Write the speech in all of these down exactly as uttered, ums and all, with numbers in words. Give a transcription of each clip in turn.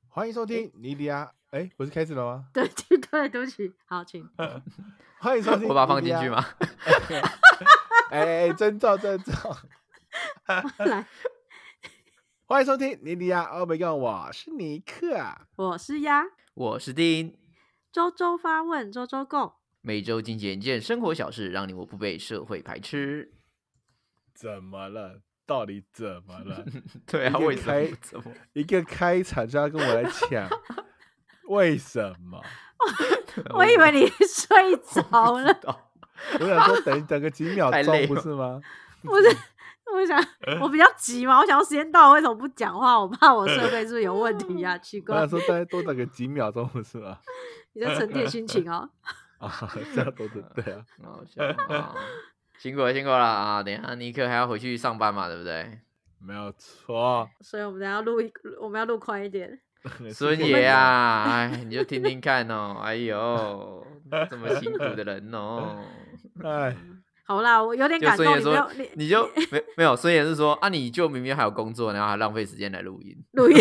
欢迎收听尼迪亚。哎，不是开始了吗？ 对对对，对不起，好，请。 欢迎收听， 我把它放进去吗？ 哎哎，征兆征兆。 来， 欢迎收听尼迪亚欧美共，我是尼克啊， 我是鸭， 我是丁， 周周发问，周周共， 每周精简一件生活小事，让你我不被社会排斥。 怎么了？到底怎么了？ 对啊，为什么？怎么一个开场就要跟我来抢？为什么？ 我以为你睡着了。 我想说等等个几秒钟，不是吗？ 不是，我想我比较急嘛，我想要时间到了，为什么不讲话？我怕我设备是不是有问题啊？奇怪。 我想说再多等个几秒钟，不是吗？ 你在沉淀心情哦。 啊，这样都是对啊。 好笑啊！辛苦了，辛苦了啊！等一下尼克还要回去上班嘛，对不对？ 没有错。 所以我们等一下录一，我们要录快一点。 孙爷啊，哎，你就听听看哦。哎呦，这么辛苦的人哦。 哎， 好啦，我有点感动。你没有， 你你就没没有？孙爷是说啊，你就明明还有工作，然后还浪费时间来录音。 录音。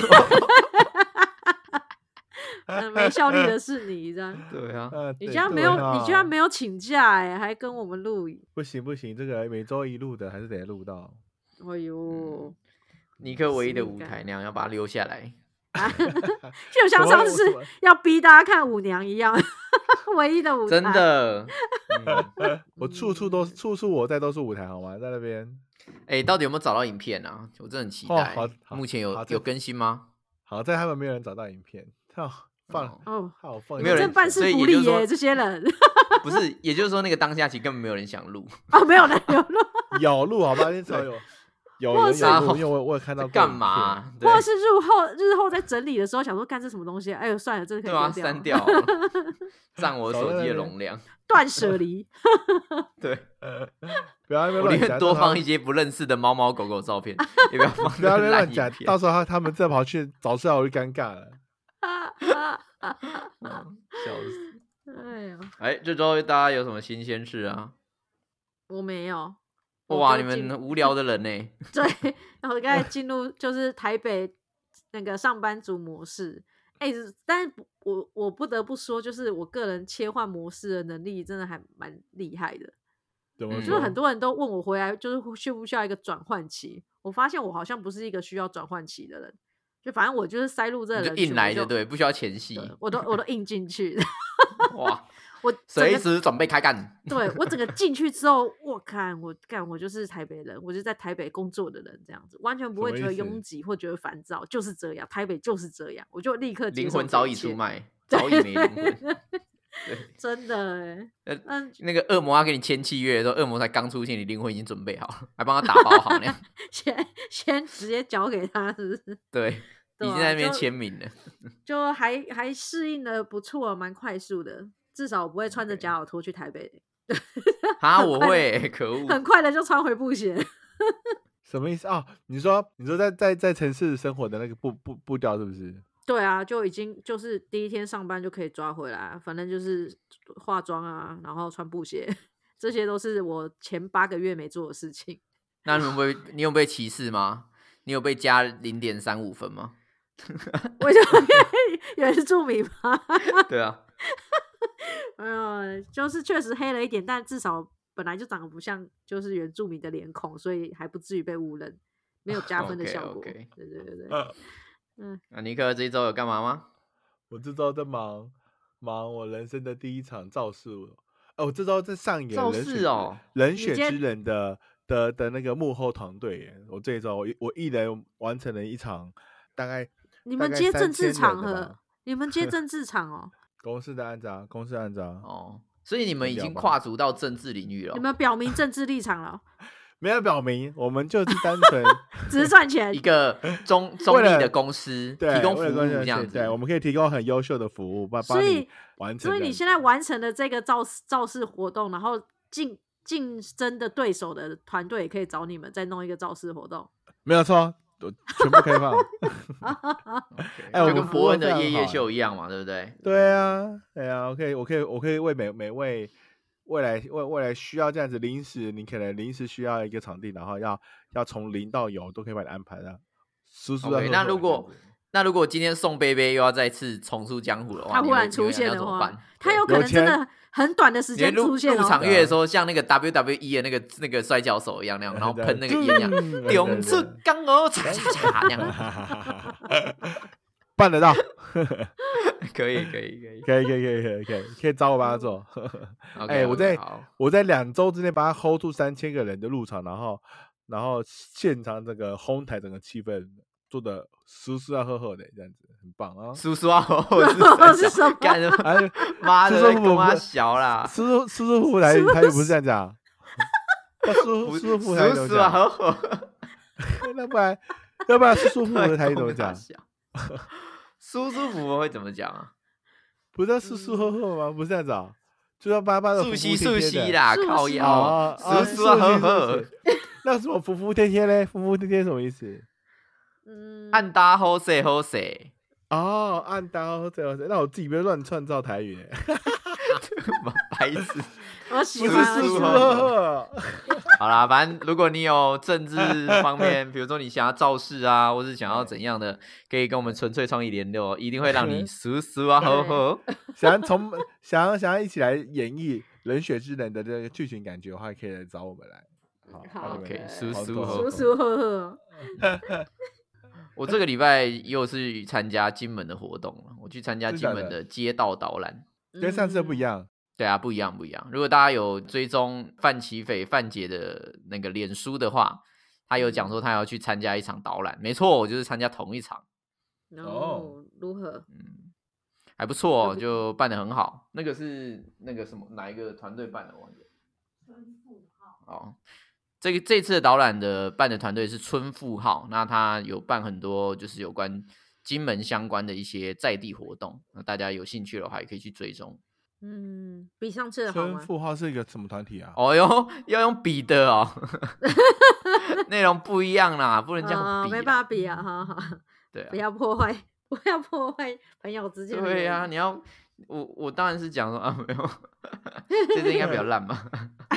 没效率的是你这样。 对啊， 你居然没有， 啊、 你居然没有请假哎、欸，还跟我们录影。 不行不行，这个每周一录的还是得录到。 哎呦， 嗯、尼克唯一的舞台那样要把它留下来。 就像上次要逼大家看舞娘一样，唯一的舞台。 真的， 嗯、我处处都处处我在都是舞台，好吗？在那边。 哎、欸，到底有没有找到影片啊？我真的很期待。 哦、 目前有有更新吗？ 好在他们没有人找到影片。放哦， 好放， 没有人办事不力耶，这些人不是，也就是说那个当下其实根本没有人想录哦，没有人有录， 有录好吧？那时候有有有有录，因为我我有看到干嘛？ 或者是日后日后在整理的时候想说干这什么东西？哎呦，算了，这个可以丢掉， 删掉，占我手机的容量， 断舍离。 对， 不要我宁愿多放一些不认识的猫猫狗狗照片，也不要放不要乱讲，到时候他他们再跑去找出来，我就尴尬了。 笑死！ 哎呀， 哎，这周大家有什么新鲜事啊？ 我没有。 哇，你们无聊的人呢？ 对，然后我刚才进入就是台北那个上班族模式。哎、欸，但是我我不得不说，就是我个人切换模式的能力真的还蛮厉害的。 怎么说？ 就是很多人都问我回来，就是需不需要一个转换期？我发现我好像不是一个需要转换期的人。就反正我就是塞入这个人， 就硬来的，对，不需要前戏， 我都我都硬进去。 哇， 我随时准备开干。 对，我整个进去之后，我看我干，我就是台北人，我就在台北工作的人，这样子完全不会觉得拥挤或觉得烦躁，就是这样，台北就是这样，我就立刻灵魂早已出卖，早已没灵魂。对， 真的哎、 欸，嗯，那个恶魔要给你签契约的时候，恶魔才刚出现，你灵魂已经准备好了，还帮他打包好那样， 先先直接交给他，是不是？ 对，已经在那边签名了， 就, 就还还适应的不错，蛮快速的，至少我不会穿着假脚拖去台北。 啊，我会、欸，可恶， 很快的就穿回布鞋。 什么意思啊、哦？你说你说在在在城市生活的那个步步步调是不是？ 对啊，就已经就是第一天上班就可以抓回来，反正就是化妆啊，然后穿布鞋，这些都是我前八个月没做的事情。 那你有被你有被歧视吗？你有被加零点三五分吗？ 我就原住民吗？ 对啊， 呃，就是确实黑了一点，但至少本来就长得不像就是原住民的脸孔，所以还不至于被误认，没有加分的效果。 okay, okay. 对对对对。呃嗯，啊，尼克这一周有干嘛吗？ 我这周在忙忙我人生的第一场造势，哦，我这周在上演人选哦， 人选之人的的的那个幕后团队耶。我这一周我我一人完成了一场大概你们接政治场合，你们接政治场哦， 公司的案子啊，公司案子啊， 哦，所以你们已经跨足到政治领域了， 你们表明政治立场了。 没有表明，我们就是单纯只是赚钱， 一个中中立的公司提供服务这样子。 对，我们可以提供很优秀的服务，帮帮你完成。 所以你现在完成了这个造造势活动，然后竞竞争的对手的团队也可以找你们再弄一个造势活动。 没有错，全部开放。 哎，就跟伯恩的夜夜秀一样嘛，对不对？ 对啊，对啊，我可以，我可以，我可以为每每位。未来未未来需要这样子临时，你可能临时需要一个场地，然后要要从零到有都可以把你安排的。叔叔， okay, 那如果那如果今天宋贝贝又要再次重出江湖的话， 他忽然出现的话，他有可能真的很短的时间出现入场乐的时候，像那个 W W E 的那个那个摔跤手一样那样，然后喷那个烟一样，勇出江湖，嚓嚓嚓那样， 办得到。 可以可以可以可以可以可以可以可以可以找我帮他做。哎，我在我在两周之内把他 hold 住三千个人的入场，然后然后现场这个哄抬整个气氛做的舒舒啊呵呵的，这样子很棒啊！ 舒舒啊呵呵是什么？ 干什么？妈的，跟我小啦！ 舒舒舒舒服服台台语不是这样讲，舒舒服服台语怎么讲？ 呵呵， 那不然要不然舒舒服服的台语怎么讲？ 舒舒服服会怎么讲啊？ 不是舒舒呵呵吗？不是这样子啊，就要巴巴的舒西舒西啦，靠腰，舒舒呵呵。 那什么服服帖帖嘞？服服帖帖什么意思？ 嗯， 按搭好势好势。 哦，按搭好势好势。那我自己别乱创造台语。 白痴， 我喜欢。 舒舒呵呵。 好啦，反正如果你有政治方面，比如说你想要造势啊，或是想要怎样的，可以跟我们纯粹创意联络，一定会让你舒舒啊呵呵。 想要从想要想要一起来演绎《冷血之人》的这个剧情感觉的话，可以来找我们来。 好 ，OK， 舒舒舒舒呵呵。 我这个礼拜又是参加金门的活动了，我去参加金门的街道导览， 跟上次不一样。 对啊，不一样不一样。如果大家有追踪范琪斐范姐的那个脸书的话，他有讲说他要去参加一场导览，没错，我就是参加同一场。 哦，如何？ 嗯，还不错，就办得很好。那个是那个什么哪一个团队办的？我忘记了。春富号。哦，这个这次的导览的办的团队是春富号，那他有办很多就是有关金门相关的一些在地活动，那大家有兴趣的话也可以去追踪。 嗯，比上次的好吗？ 春富号是一个什么团体啊？ 哦哟，要用比的哦，内容不一样啦，不能这样比、 哦，没办法比啊，哈哈。 对啊， 不要破坏，不要破坏朋友之间的。 对啊，你要我我当然是讲说啊，没有，这次应该比较烂吧。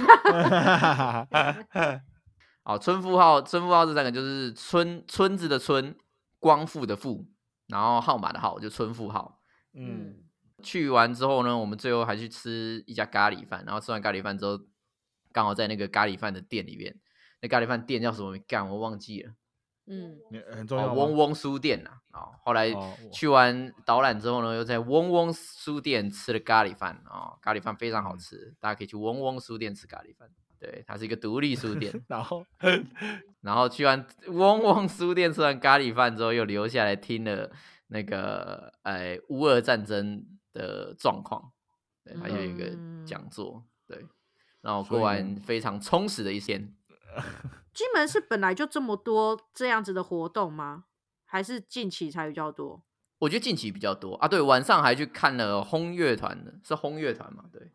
好，春富号，春富号这三个就是村村子的村，光复的复，然后号码的号，就春富号。 嗯。 去完之后呢，我们最后还去吃一家咖喱饭，然后吃完咖喱饭之后，刚好在那个咖喱饭的店里面，那咖喱饭店叫什么？干，我忘记了。 嗯， 很重要、哦。 嗡嗡书店呐、啊，哦，后来去完导览之后呢，又在嗡嗡书店吃了咖喱饭啊、哦，咖喱饭非常好吃，嗯、大家可以去嗡嗡书店吃咖喱饭。对，它是一个独立书店。 然后， 然后去完嗡嗡书店吃完咖喱饭之后，又留下来听了那个呃乌俄战争的状况，对，还有一个讲座，对，然后过完非常充实的一天。 金门是本来就这么多这样子的活动吗？还是近期才比较多？ 我觉得近期比较多啊。对，晚上还去看了轰乐团的，是轰乐团嘛？对，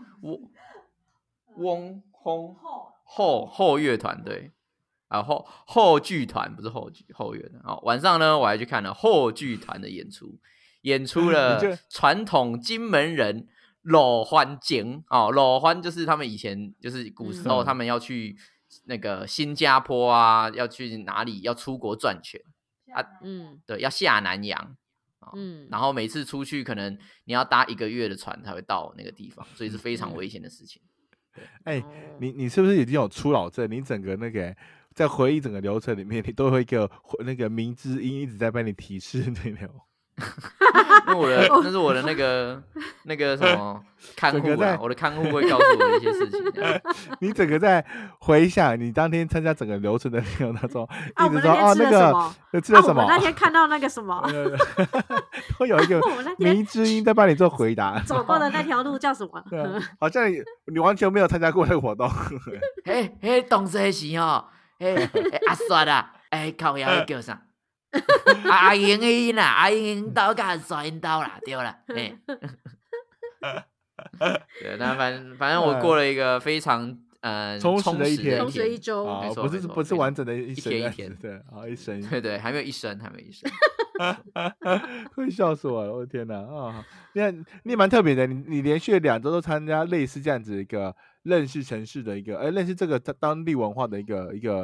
嗡轰后后乐团，对啊，后后剧团不是后剧后乐团。哦，晚上呢，我还去看了后剧团的演出。演出了传统金门人裸欢景哦，裸欢就是他们以前就是古时候他们要去那个新加坡啊，要去哪里要出国赚钱啊，嗯，对，要下南洋，哦、嗯，然后每次出去可能你要搭一个月的船才会到那个地方，所以是非常危险的事情。 哎、欸，你你是不是已经有初老症？你整个那个在回忆整个流程里面，你都会一个那个明之音一直在帮你提示那种。 因为我的那是我的那个那个什么看护啊，我的看护会告诉我一些事情。 你整个在回想你当天参加整个流程的那种那种， 啊、 一直说哦那个吃了什么？ 我那天看到那个什么， 会有一个明之音在帮你做回答。 走过的那条路叫什么？ 好像你你完全没有参加过那个活动。 嘿，嘿，当时是吼，嘿，阿刷啊，哎，靠腰叫啥？阿英的因啦，阿英刀甲刷因刀啦，对啦，哎，对，那反反正我过了一个非常呃充实的一天， 充实的一周， 没错，不是不是完整的一天一天， 对，啊一生， 对对，还没有一生，还没有一生， 会笑死我了，我的天哪啊！你看你也蛮特别的，你你连续两周都参加类似这样子一个认识城市的一个，哎，认识这个当地文化的一个一个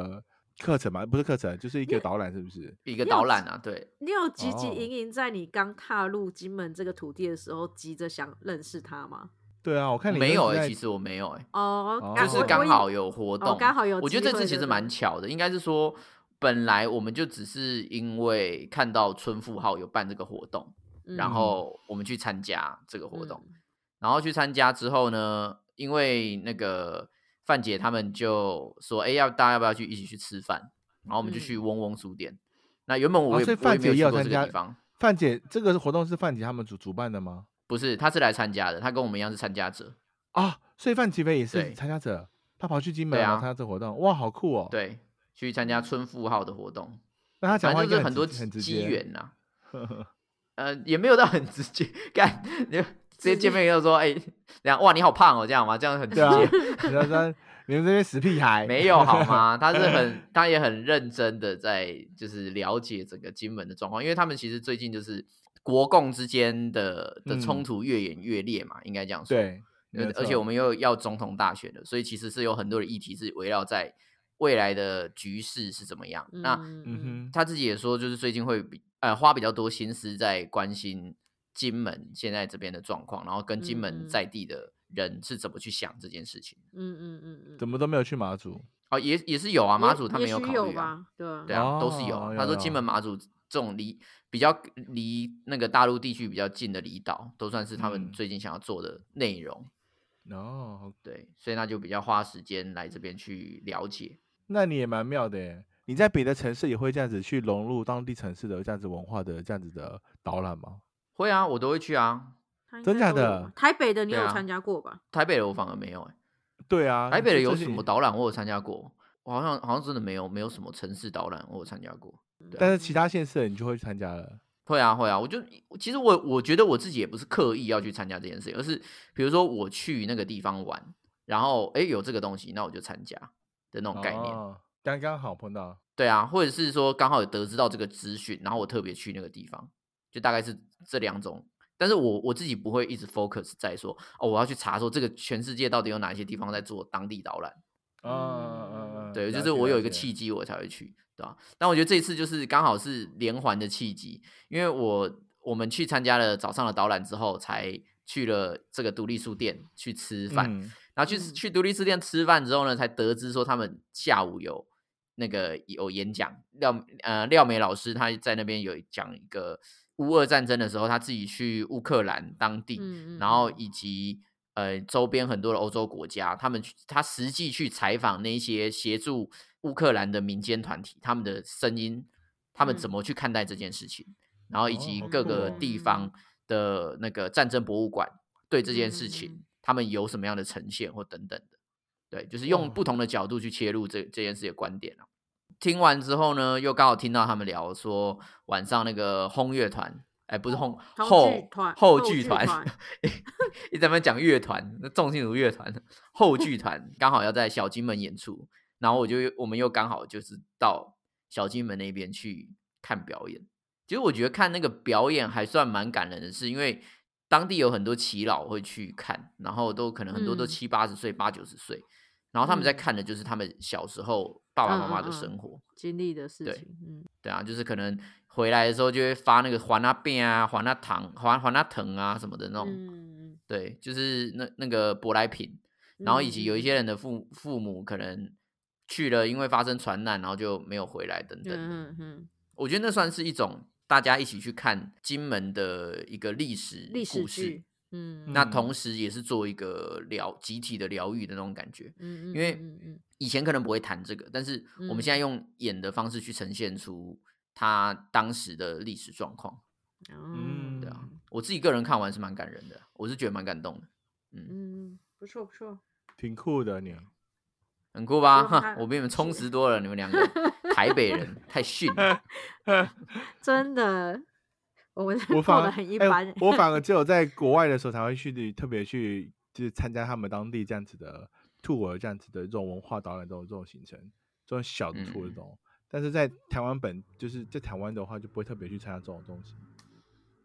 课程嘛，不是课程，就是一个导览，是不是？ 一个导览啊，对。 你有急急营营在你刚踏入金门这个土地的时候，急着想认识他吗？ 对啊，我看你没有哎、 欸， 其实我没有哎、欸， 哦， 就是刚好有活动， 刚、哦、好有， 我觉得这次其实蛮巧的，应该是说本来我们就只是因为看到春富号有办这个活动，嗯、然后我们去参加这个活动，嗯、然后去参加之后呢，因为那个范姐他们就说，哎，要大家要不要去一起去吃饭？然后我们就去嗡嗡书店。嗯、那原本我也、 哦、所以范姐也有参加地方。 范姐这个活动是范姐他们主主办的吗？ 不是，他是来参加的，他跟我们一样是参加者啊，所以范吉飞也是参加者，他跑去金门然后参加这活动，哇，好酷哦！ 对，去参加春富号的活动， 那他讲话就是很多机缘呐，呃，也没有到很直接，干你直接见面就说，哎、欸，哇，你好胖哦，这样吗？这样很直接。 你要说你们这些死屁孩， 没有好吗？他是很，他也很认真的在就是了解整个金门的状况，因为他们其实最近就是国共之间的的冲突越演越烈嘛，嗯、应该这样说。 对， 而且我们又要总统大选了，所以其实是有很多的议题是围绕在未来的局势是怎么样。嗯、那、嗯、他自己也说，就是最近会比呃花比较多心思在关心金门现在这边的状况，然后跟金门在地的人是怎么去想这件事情。 嗯嗯嗯嗯， 怎么都没有去马祖？ 哦，也也是有啊，马祖他没有考虑啊，对啊， 对啊， 哦、 都是有、啊。他说金门马祖这种离比较离那个大陆地区比较近的离岛，都算是他们最近想要做的内容。 哦、嗯， 对，所以那就比较花时间来这边去了解。 那你也蛮妙的耶，你在别的城市也会这样子去融入当地城市的这样子文化的这样子的导览吗？ 会啊，我都会去啊。 真假的？ 台北的你有参加过吧？ 啊、台北的我反而没有哎。 对啊， 台北的有什么导览我有参加过？我好像好像真的没有，没有什么城市导览我有参加过。 啊、但是其他县市的你就会参加了。 会啊会啊，我就其实我我觉得我自己也不是刻意要去参加这件事情，而是比如说我去那个地方玩，然后哎有这个东西，那我就参加的那种概念。 哦、刚刚好碰到。 对啊，或者是说刚好有得知到这个资讯，然后我特别去那个地方，就大概是这两种。但是我我自己不会一直 focus 在说哦，我要去查说这个全世界到底有哪些地方在做当地导览。 嗯嗯， 对，就是我有一个契机我才会去，对吧？但我觉得这次就是刚好是连环的契机，因为我我们去参加了早上的导览之后，才去了这个独立书店去吃饭，嗯、然后去、嗯、去独立书店吃饭之后呢，才得知说他们下午有那个有演讲，廖呃廖梅老师他在那边有讲一个乌俄战争的时候，他自己去乌克兰当地，嗯、然后以及。呃，周边很多的欧洲国家，他们他实际去采访那些协助乌克兰的民间团体，他们的声音，他们怎么去看待这件事情，嗯、然后以及各个地方的那个战争博物馆对这件事情，嗯、他们有什么样的呈现或等等的，对，就是用不同的角度去切入这这件事的观点啊。听完之后呢，又刚好听到他们聊说晚上那个轰乐团。哎，不是后后后剧团，一直在那边讲乐团，那重金属乐团后剧团刚好要在小金门演出，然后我就我们又刚好就是到小金门那边去看表演。其实我觉得看那个表演还算蛮感人的是，因为当地有很多耆老会去看，然后都可能很多都七八十岁、八九十岁，然后他们在看的就是他们小时候爸爸妈妈的生活、 嗯嗯嗯、经历的事情。 对，嗯，对啊，就是可能。回来的时候就会发那个还那饼啊、还那糖、还还那藤啊什么的那种，嗯、对，就是那那个舶来品。然后以及有一些人的父父母可能去了，因为发生船难，然后就没有回来等等。嗯嗯，我觉得那算是一种大家一起去看金门的一个历史故事。嗯，那同时也是做一个疗集体的疗愈的那种感觉。嗯嗯，因为以前可能不会谈这个，但是我们现在用演的方式去呈现出。他当时的历史状况，嗯，对啊，我自己个人看完是蛮感人的，我是觉得蛮感动的，嗯嗯，不错不错， 挺酷的你， 很酷吧？哈，我比你们充实多了，你们两个台北人太逊了， 真的，我们过得很一般、欸欸。我反而只有在国外的时候才会去特别去，就是参加他们当地这样子的 tour， 这样子的这种文化导览这种这种行程，这种小的 tour 这种。嗯，但是在台湾本就是在台湾的话，就不会特别去参加这种东西。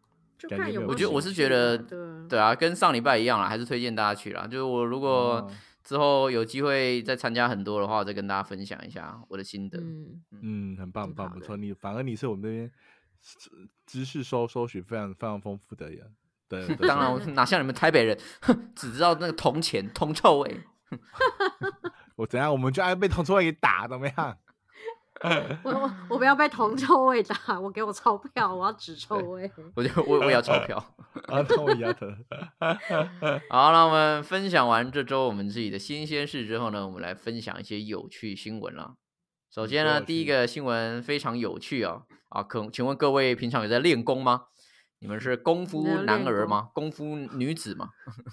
感觉我觉得我是觉得，对啊，跟上礼拜一样啦，还是推荐大家去啦。就是我如果之后有机会再参加很多的话，我再跟大家分享一下我的心得。 嗯嗯，很棒很棒，不错。你反而你是我们这边知识搜搜寻非常非常丰富的人。对， 当然我哪像你们台北人，只知道那个铜钱、铜臭味。 我怎样，我们就爱被铜臭味给打，怎么样？ 我我我不要被铜臭味打，我给我钞票，我要纸臭味。 我就我我也要钞票。 啊，那我也要的。 好，那我们分享完这周我们自己的新鲜事之后呢，我们来分享一些有趣新闻啦。首先呢，第一个新闻非常有趣哦。啊，可请问各位平常有在练功吗？你们是功夫男儿吗？功夫女子吗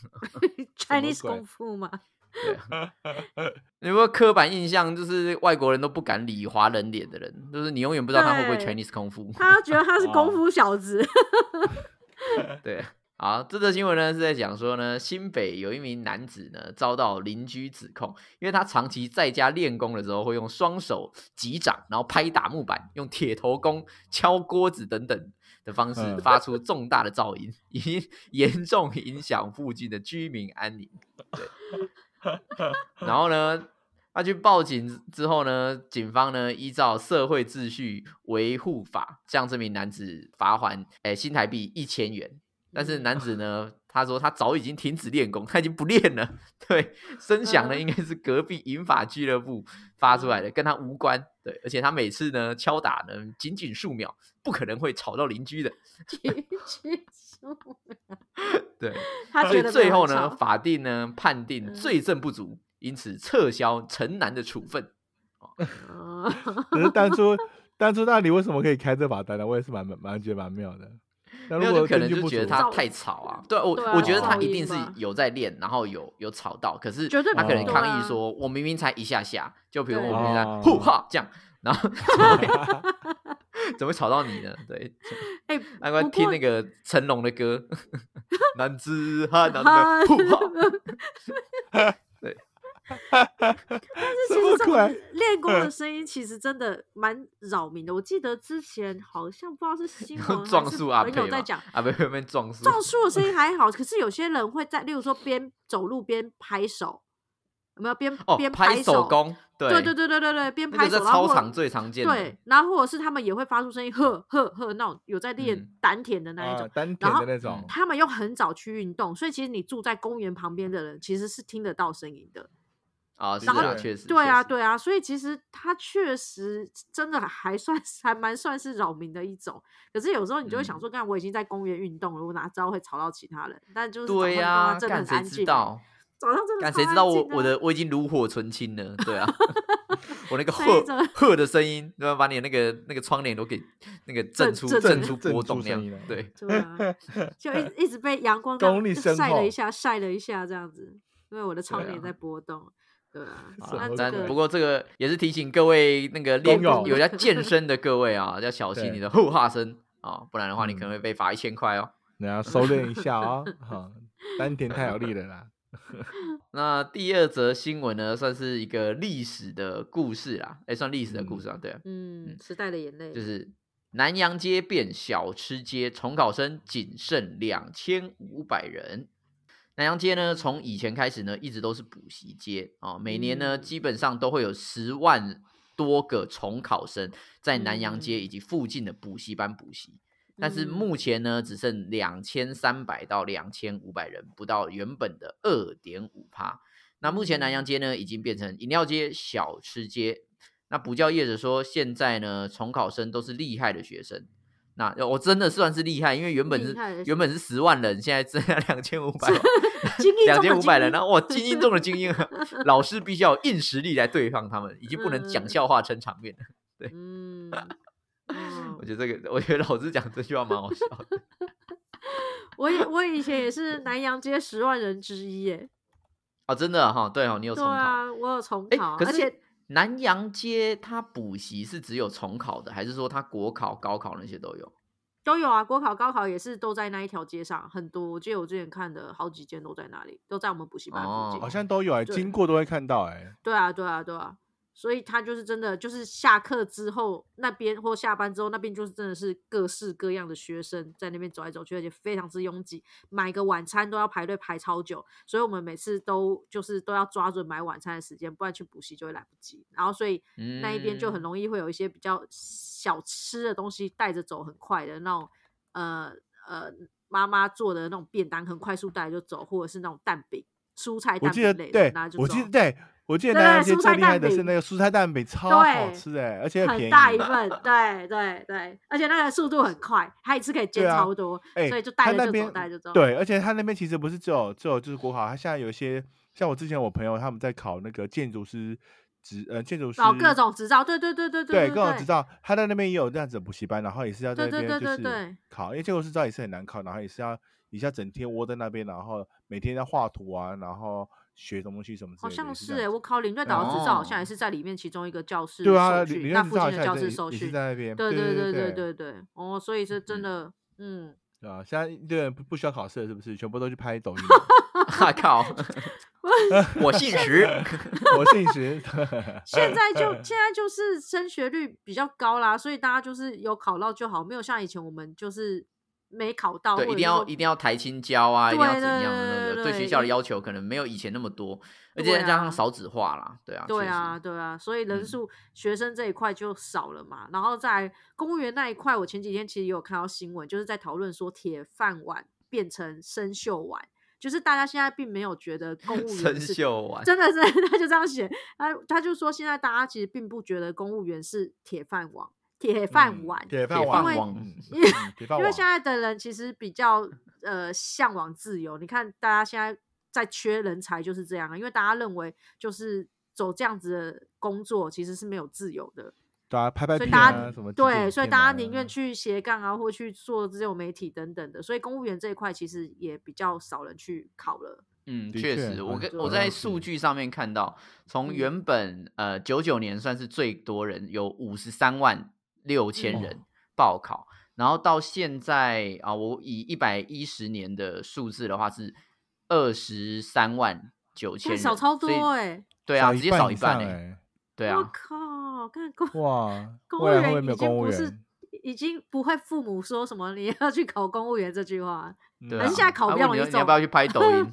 ？Chinese 功夫吗？ 对，有没有刻板印象，就是外国人都不敢理华人脸的人，就是你永远不知道他会不会 Chinese 功夫， 他觉得他是功夫小子。 对，好，这则新闻呢是在讲说呢，新北有一名男子呢遭到邻居指控，因为他长期在家练功的时候会用双手击掌，然后拍打木板，用铁头功敲锅子等等的方式发出重大的噪音，已经严重影响附近的居民安宁。对。然后呢，他去报警之后呢，警方呢依照社会秩序维护法，向这名男子罚款诶新台币一千元。但是男子呢，他说他早已经停止练功，他已经不练了。对，声响呢应该是隔壁银发俱乐部发出来的，跟他无关。对，而且他每次呢敲打呢仅仅数秒，不可能会吵到邻居的。 仅仅数秒。 对，所以最后呢，法定呢判定罪证不足，因此撤销陈男的处分。 可是当初当初那你为什么可以开这罚单呢？我也是蛮蛮觉得蛮妙的。 没有，就可能就觉得他太吵啊。对，我我觉得他一定是有在练，然后有有吵到，可是他可能抗议说，我明明才一下下，就比如我明明在呼哈这样，然后怎么会吵到你呢？对，哎，难怪听那个成龙的歌，男子汉，然后呼哈，对。 但是其实这种练功的声音其实真的蛮扰民的。我记得之前好像不知道是新闻撞树阿佩有在讲， 阿佩会被撞树， 撞树的声音还好，可是有些人会在，例如说边走路边拍手，有没有边边拍手功？ 对对对对对对，边拍手， 在操场最常见的。 对，然后或者是他们也会发出声音，呵呵呵，那种有在练丹田的那一种， 丹田的那种。 他们又很早去运动，所以其实你住在公园旁边的人其实是听得到声音的。 啊，是啊，确实， 对啊，对啊，所以其实它确实真的还算还蛮算是扰民的一种。可是有时候你就会想说，刚才我已经在公园运动了，我哪知道会吵到其他人？但就是对呀， 真的很安静。早上真的， 谁知道我我的我已经炉火纯青了？对啊，我那个呵呵的声音，对吧？把你那个那个窗帘都给那个震出震出波动那样，对对啊，就一一直被阳光晒了一下，晒了一下这样子，因为我的窗帘在波动。对啊， 但不过这个也是提醒各位那个练有在健身的各位啊，要小心你的后哈声啊，不然的话你可能会被罚一千块哦。 你要收敛一下哦，丹田太有力了啦。 那第二则新闻呢，算是一个历史的故事啦，哎，算历史的故事啊，对啊， 嗯，时代的眼泪， 就是南阳街变小吃街，重考生仅剩两千五百人。南阳街呢，从以前开始呢，一直都是补习街啊、哦。每年呢，基本上都会有十万多个重考生在南阳街以及附近的补习班补习。但是目前呢，只剩两千三百到两千五百人，不到原本的 百分之二点五。那目前南阳街呢，已经变成饮料街、小吃街。那补教业者说，现在呢，重考生都是厉害的学生。那我真的算是厉害，因为原本是原本是十万人，现在剩下两千五百，两千五百人，然后哇，精英中的精英啊！老师必须要有硬实力来对抗他们，已经不能讲笑话撑场面了。对，嗯，我觉得这个，我觉得老师讲这句话蛮好笑的。 我我以前也是南阳街十万人之一耶。 哦，真的哈、哦，对哦，你有重考。对啊，我有重考， 可是而且南阳街它补习是只有重考的，还是说它国考、高考那些都有？ 都有啊，国考、高考也是都在那一条街上，很多。我记得我之前看的好几间都在那里，都在我们补习班附近， 好像都有哎、欸，经过都会看到哎、欸。 对啊，对啊，对啊， 所以他就是真的就是下课之后那边或下班之后那边就是真的是各式各样的学生在那边走来走去，而且非常之拥挤，买个晚餐都要排队排超久，所以我们每次都就是都要抓准买晚餐的时间，不然去补习就会来不及。然后所以那一边就很容易会有一些比较小吃的东西带着走很快的那种呃呃妈妈做的那种便当很快速带就走，或者是那种蛋饼蔬菜蛋饼类的， 对，我记得对。我记得南洋街最厉害的是那个蔬菜蛋饼，超好吃哎、欸，而且 很, 很大一份，对对对，而且那个速度很快，他一次可以煎超多，啊欸、所以就带着就走，带着就走。 对，而且他那边其实不是只有只有就是国考，他现在有一些像我之前我朋友他们在考那个建筑师执呃建筑师， 哦各种执照，对对对对对对各种执照，他在那边也有这样子的补习班，然后也是要在那边就是考，因为建筑师执照也是很难考，然后也是要也是要整天窝在那边，然后每天要画图啊，然后。学东西什么之类的， 好像是哎、欸，我考领队导的执照好像也是在里面其中一个教室对啊， 那附近的教室受训， 在那边， 对对对对对对哦，所以是真的，嗯， 对啊，现在对不需要考试了，是不是？全部都去拍抖音。 哈靠！我姓石， 我姓石。 现在就现在就是升学率比较高啦，所以大家就是有考到就好，没有像以前我们就是没考到， 对，一定要一定要台清交啊，一定要怎样的那个，对学校的要求可能没有以前那么多，而且再加上少子化啦，对啊， 对啊，对啊，所以人数、嗯、学生这一块就少了嘛。然后在公务员那一块，我前几天其实也有看到新闻，就是在讨论说铁饭碗变成生锈碗。就是大家现在并没有觉得公务员是生锈碗， 真的是他就这样写，他他就说现在大家其实并不觉得公务员是铁饭碗。铁饭碗， 铁饭碗， 因为因为现在的人其实比较呃向往自由。你看，大家现在在缺人才就是这样，因为大家认为就是走这样子的工作其实是没有自由的。 对啊，拍拍片啊什么， 对，所以大家宁愿去斜杠啊，或去做自由媒体等等的。所以公务员这一块其实也比较少人去考了。 嗯，确实，我跟我在数据上面看到，从原本、嗯、呃九九年算是最多人，有五十三万六千人报考，嗯、然后到现在啊，我以一百一十年的数字的话是二十三万九千人， 少超多哎、欸， 对啊，直接少一半哎、 欸， 对啊， 我靠，看公哇， 公务员已经不是已经不会父母说什么你要去考公务员这句话。 对、啊， 还是现在考不了、啊、 你, 你要不要去拍抖音？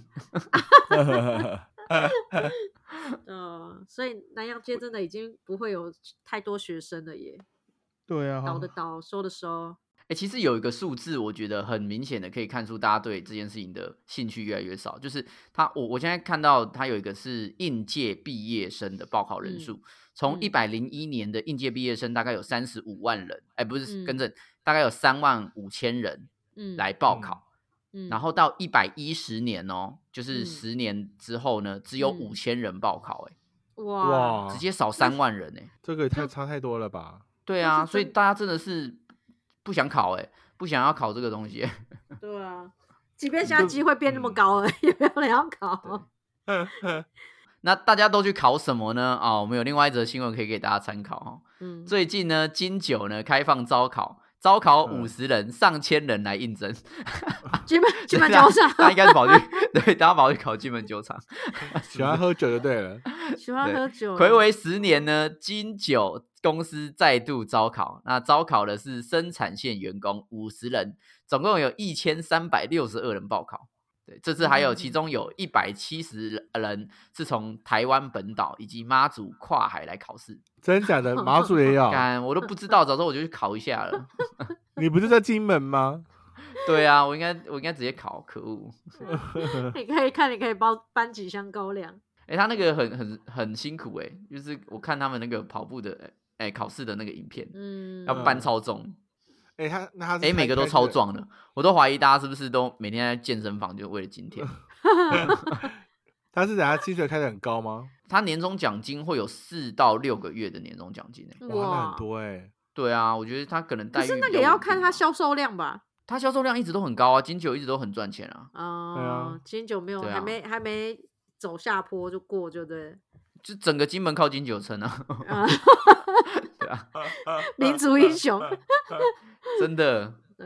呃，所以南洋街真的已经不会有太多学生了耶。 对啊， 导的导，收的收。 欸、其实有一个数字，我觉得很明显的可以看出大家对这件事情的兴趣越来越少。就是他，我我现在看到他有一个是应届毕业生的报考人数，嗯、从一百零一年的应届毕业生大概有三十五万人，哎、欸，不是更正，嗯、大概有三万五千人来报考。嗯嗯、然后到一百一十年哦，就是十年之后呢，嗯、只有五千人报考、欸，哎， 哇， 直接少三万人、欸，哎， 这个也太差太多了吧？ 对啊，所以大家真的是不想考、欸，哎，不想要考这个东西。 对啊，即便现在机会变那么高了，嗯、也没有人要考。 那大家都去考什么呢？啊、哦，我们有另外一则新闻可以给大家参考哦。嗯，最近呢，金九呢开放招考。招考五十人、嗯，上千人来应征， 金门金门酒厂， 他应该是跑去对，大家跑去考金门酒厂， 喜欢喝酒就对了， 喜欢喝酒。 睽违十年呢，金九公司再度招考，那招考的是生产线员工五十人，总共有一千三百六十二人报考。对，这次还有其中有一百七十人是从台湾本岛以及马祖跨海来考试。 真假的？马祖也有？ 干，我都不知道，早知道我就去考一下了。 你不是在金门吗？ 对啊，我应该我应该直接考，可恶。 你可以看，你可以包搬几箱高粱。 哎、欸，他那个很很很辛苦哎、欸，就是我看他们那个跑步的哎、欸、考试的那个影片，嗯，要搬超重。 哎、欸，他那他哎、欸、每个都超壮的，我都怀疑大家是不是都每天在健身房就为了今天。 他是等下薪水开得很高吗？ 他年终奖金会有四到六个月的年终奖金、欸、 哇，那很多哎、欸。 对啊，我觉得他可能待遇比较稳定。 可是那个也要看他销售量吧。 他销售量一直都很高啊，金九一直都很赚钱啊。 哦、呃啊，金九没有，啊、还没还没走下坡就过，就对。 就整个金门靠金九撑啊。对啊， 民族英雄。 真的。 对啊，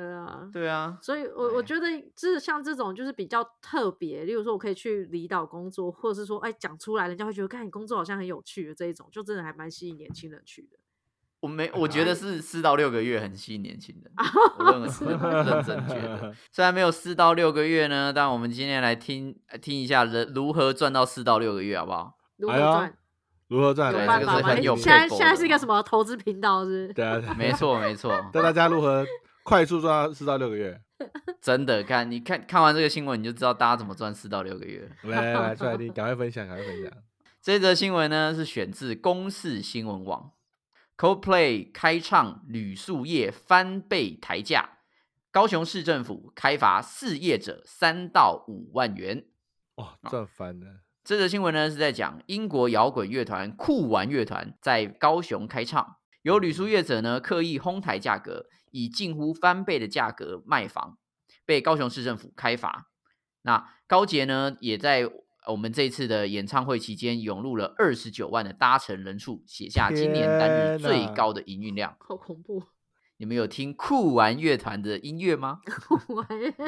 啊， 对啊， 所以我我觉得这像这种就是比较特别，例如说我可以去离岛工作，或者是说哎讲出来，人家会觉得看你工作好像很有趣的这一种，就真的还蛮吸引年轻人去的。 我没，我觉得是四到六个月很吸引年轻人，我认为是认真觉得。虽然没有四到六个月呢，但我们今天来听听一下人如何赚到四到六个月，好不好？ 如何赚？ 哎、如何赚？ 有办法吗？ 有现在现在是一个什么投资频道是不是？ 对啊， 没错没错。 教大家如何快速赚到四到六个月。 真的，看你看看完这个新闻，你就知道大家怎么赚四到六个月。 来来来，出来，你赶快分享，赶快分享。 这则新闻呢是选自公视新闻网。Coldplay 开唱旅宿业翻倍抬价，高雄市政府开罚四业者三到五万元。 哇，赚翻了！ 这则新闻呢是在讲英国摇滚乐团酷玩乐团在高雄开唱，有旅宿业者呢刻意哄抬价格，以近乎翻倍的价格卖房，被高雄市政府开罚。那高捷呢也在我们这次的演唱会期间涌入了二十九万的搭乘人数，写下今年单日最高的营运量。 好恐怖！ 你们有听酷玩乐团的音乐吗？ 酷玩乐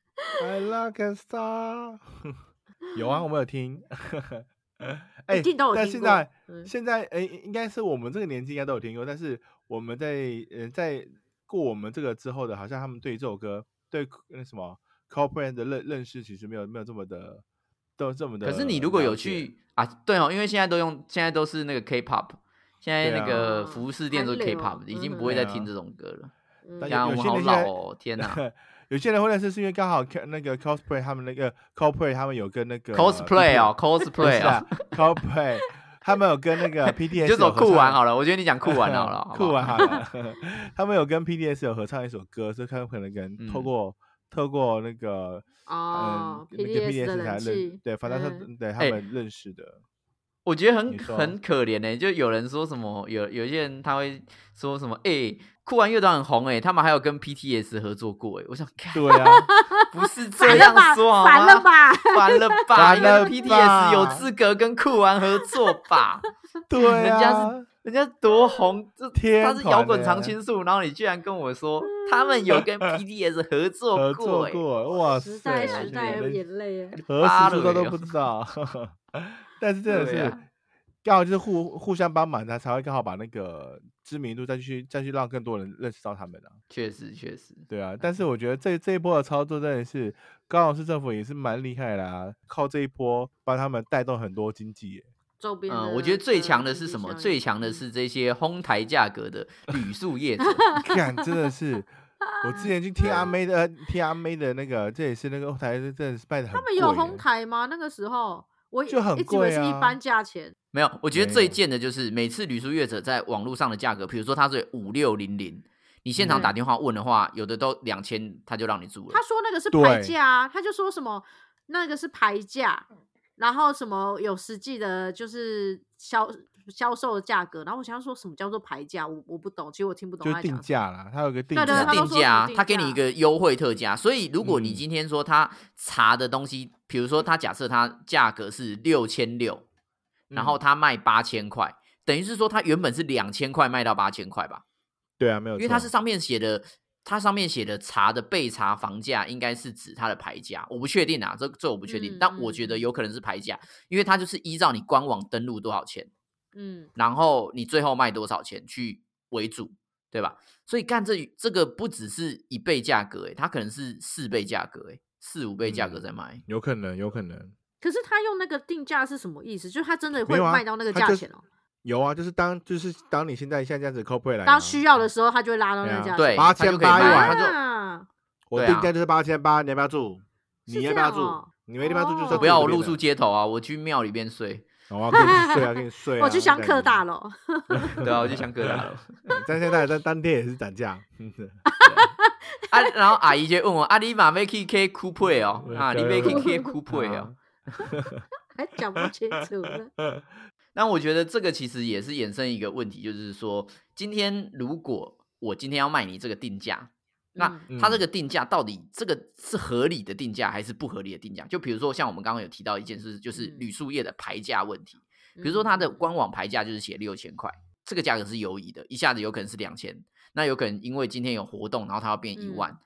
I like a star 有啊，我们有听。哎、欸，但现在、嗯、现在哎、欸，应该是我们这个年纪应该都有听过，但是我们在呃在过我们这个之后的，好像他们对这首歌对那什么 Coldplay 的认认识，其实没有没有这么的。都这么的， 可是你如果有去啊，对哦，因为现在都用，现在都是那个 K-pop， 现在那个服饰店都是 K-pop，、啊、已经不会再听这种歌了。 但这样我们好老哦，天哪！ 有些人会认识是因为刚好那个 cosplay 他们那个 cosplay 他们有跟那个 cosplay 哦 cosplay 啊 cosplay 他们有跟那个 P D S 就走酷玩好了，我觉得你讲酷玩好了， 酷玩好了。他们有跟 P D S 有合唱一首歌，所以他们可能跟透过、嗯、透过那个哦、 嗯、那个 P D S 才认，对，反正他、嗯、对他们认识的。欸我觉得很很可怜哎、欸，就有人说什么，有有些人他会说什么，哎、欸，酷玩乐团很红哎、欸，他们还有跟 P T S 合作过哎、欸，我想看， 对啊， 不是这样说好吗？ 烦了吧， 烦了吧，因为 P T S 有资格跟酷玩合作吧？ 对啊， 人家是人家多红，这他是摇滚啊常青树，然后你居然跟我说他们有跟 P T S 合作过、欸， 合作过，哇塞， 时代时代有眼泪， 何时出道都不知道，但是真的是。刚好就是互互相帮忙，他才会刚好把那个知名度再去再去让更多人认识到他们啊。 确实确实， 对啊。但是我觉得这这一波的操作真的是高雄市政府也是蛮厉害的啊，靠这一波帮他们带动很多经济耶。 周边嗯，我觉得最强的是什么？最强的是这些哄抬价格的旅宿业者。 看，真的是。我之前去听阿妹的，听阿妹的那个，这也是那个哄抬，真的是卖的很贵。 他们有哄抬吗？那个时候我就很贵啊，是一般价钱。 没有，我觉得最贱的就是每次旅宿业者在网络上的价格，比如说他是五六零零，你现场打电话问的话，嗯、有的都两千，他就让你住了。 他说那个是牌价啊，他就说什么那个是牌价，然后什么有实际的，就是销销售的价格。然后我想说什么叫做牌价，我我不懂，其实我听不懂他讲。 就定价啦，他有个定价， 对对对， 定价，他给你一个优惠特价。所以如果你今天说他查的东西，比、嗯、如说他假设他价格是六千六。然后他卖八千块，等于是说他原本是两千块卖到八千块吧？ 对啊，没有错， 因为他是上面写的，他上面写的查的被查房价应该是指他的牌价，我不确定啊，这这我不确定，嗯、但我觉得有可能是牌价，因为他就是依照你官网登录多少钱，嗯，然后你最后卖多少钱去为主，对吧？所以干这这个不只是一倍价格、欸，它可能是四倍价格、欸，四五倍价格在卖、嗯， 有可能，有可能。 可是他用那个定价是什么意思？就是他真的会卖到那个价钱哦、喔啊？ 有啊，就是当就是当你现在现在这样子 Coldplay 来， 当需要的时候，他就会拉到那个价钱， 对， 八千八一晚， 啊、 我定价就是八千八，你要不要住？你要不要住？ 哦、 你没地方住就是、 哦、不要我露宿街头啊！我去庙里边睡， 我要跟你睡啊，跟你睡、啊。 我去香客大楼， 对啊，我去香客大楼。 但现在在当天也是涨价。 啊，然后阿姨就问我：啊，你嘛要去 K 酷配哦？啊，你要去 K 酷配哦？ 还讲不清楚了。 但我觉得这个其实也是衍生一个问题，就是说，今天如果我今天要卖你这个定价，那它这个定价到底这个是合理的定价还是不合理的定价？就比如说像我们刚刚有提到一件事，就是旅宿业的牌价问题。比如说它的官网牌价就是写六千块，这个价格是犹疑的，一下子有可能是两千，那有可能因为今天有活动，然后它要变一万。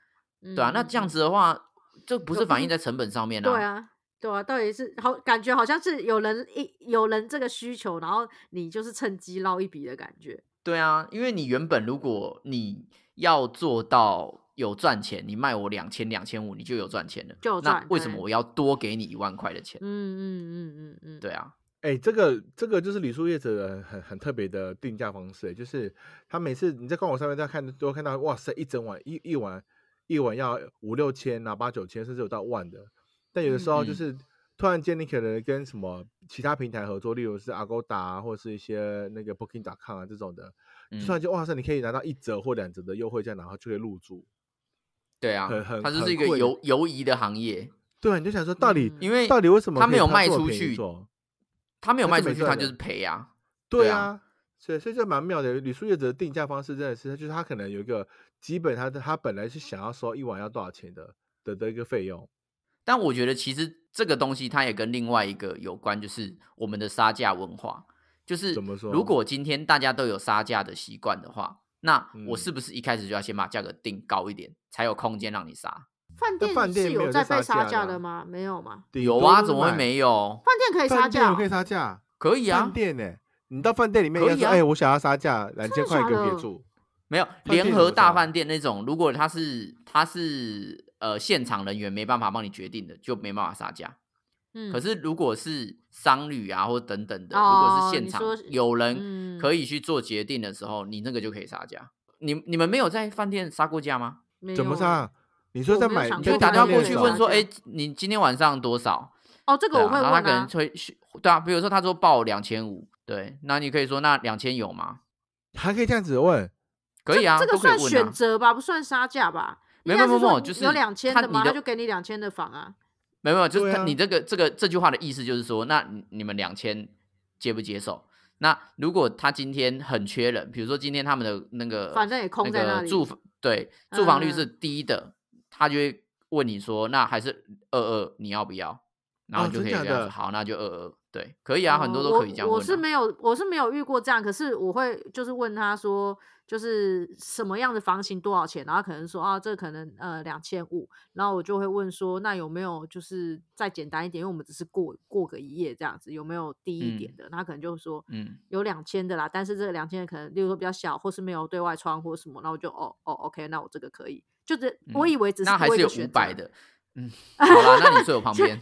对啊，那这样子的话，这不是反映在成本上面啊？ 对啊，对啊，到底是好感觉好像是有人一有人这个需求，然后你就是趁机捞一笔的感觉。 对啊，因为你原本如果你要做到有赚钱，你卖我两千两千五，你就有赚钱了， 就有赚。 那为什么我要多给你一万块的钱？ 嗯嗯嗯嗯嗯， 对啊。 哎、欸，这个这个就是旅宿业者的很很特别的定价方式，就是他每次你在官网上面在看都会看到，哇塞，一整晚一一晚一晚要五六千啊，八九千，甚至有到万的。但有的时候就是、嗯、突然间你可能跟什么其他平台合作，例如是 Agoda 啊，或者是一些那个 Booking 点 com 啊这种的，嗯、突然间哇塞，你可以拿到一折或两折的优惠价，然后就可以入住。 对啊， 很很它就是一个游游移的行业。 对，你就想说到底， 嗯、因为到底为什么他没有卖出去？他没有卖出去，他就是赔啊。 对啊，所以所以这蛮妙的。旅宿业者的定价方式真的是，就是他可能有一个基本他，他他本来是想要收一晚要多少钱的的的一个费用。 但我觉得其实这个东西它也跟另外一个有关，就是我们的杀价文化。就是如果今天大家都有杀价的习惯的话，那我是不是一开始就要先把价格定高一点，嗯、才有空间让你杀？ 饭店是有在被杀价的吗？没有吗？ 有啊，怎么会没有？ 饭店可以杀价， 可以杀价， 可以啊。 饭店呢、欸，你到饭店里面可以啊，哎、欸，我想要杀价两千块给我住。 没有联合大饭店那种，如果他是他是呃现场人员没办法帮你决定的，就没办法杀价。嗯，可是如果是商旅啊或等等的， 哦、 如果是现场有人可以去做决定的时候，嗯、你那个就可以杀价。你你们没有在饭店杀过价吗？ 怎么杀？你说在买， 你就打电话过去问说，哎、欸，你今天晚上多少？ 哦，这个我会问、啊、 然后他可能会，对啊，比如说他说报两千五，对，那你可以说那两千有吗？ 还可以这样子问？ 可以啊， 这, 这个算选择吧，不算杀价吧？ 没有没有没有，就是有两千的吗？ 他就给你两千的房啊？ 没有没有，就是他、啊、你这个这个这句话的意思就是说，那你们两千接不接受？那如果他今天很缺人，比如说今天他们的那个反正也空在那里， 那个住对住房率是低的，嗯、他就会问你说，那还是二二，你要不要？然后就可以这样子，哦、好，那就二二，对，可以啊，哦、很多都可以这样问、啊我。我是没有，我是没有遇过这样，可是我会就是问他说，就是什么样的房型多少钱，然后可能说啊，这可能呃两千五，然后我就会问说，那有没有就是再简单一点，因为我们只是过过个一夜这样子，有没有低一点的？嗯、他可能就说，嗯，有两千的啦，但是这个两千的可能，例如说比较小，或是没有对外窗或什么，那我就哦哦 ，OK， 那我这个可以，就是我以为只是那还是有五百的。嗯，好啦，那你睡我旁边。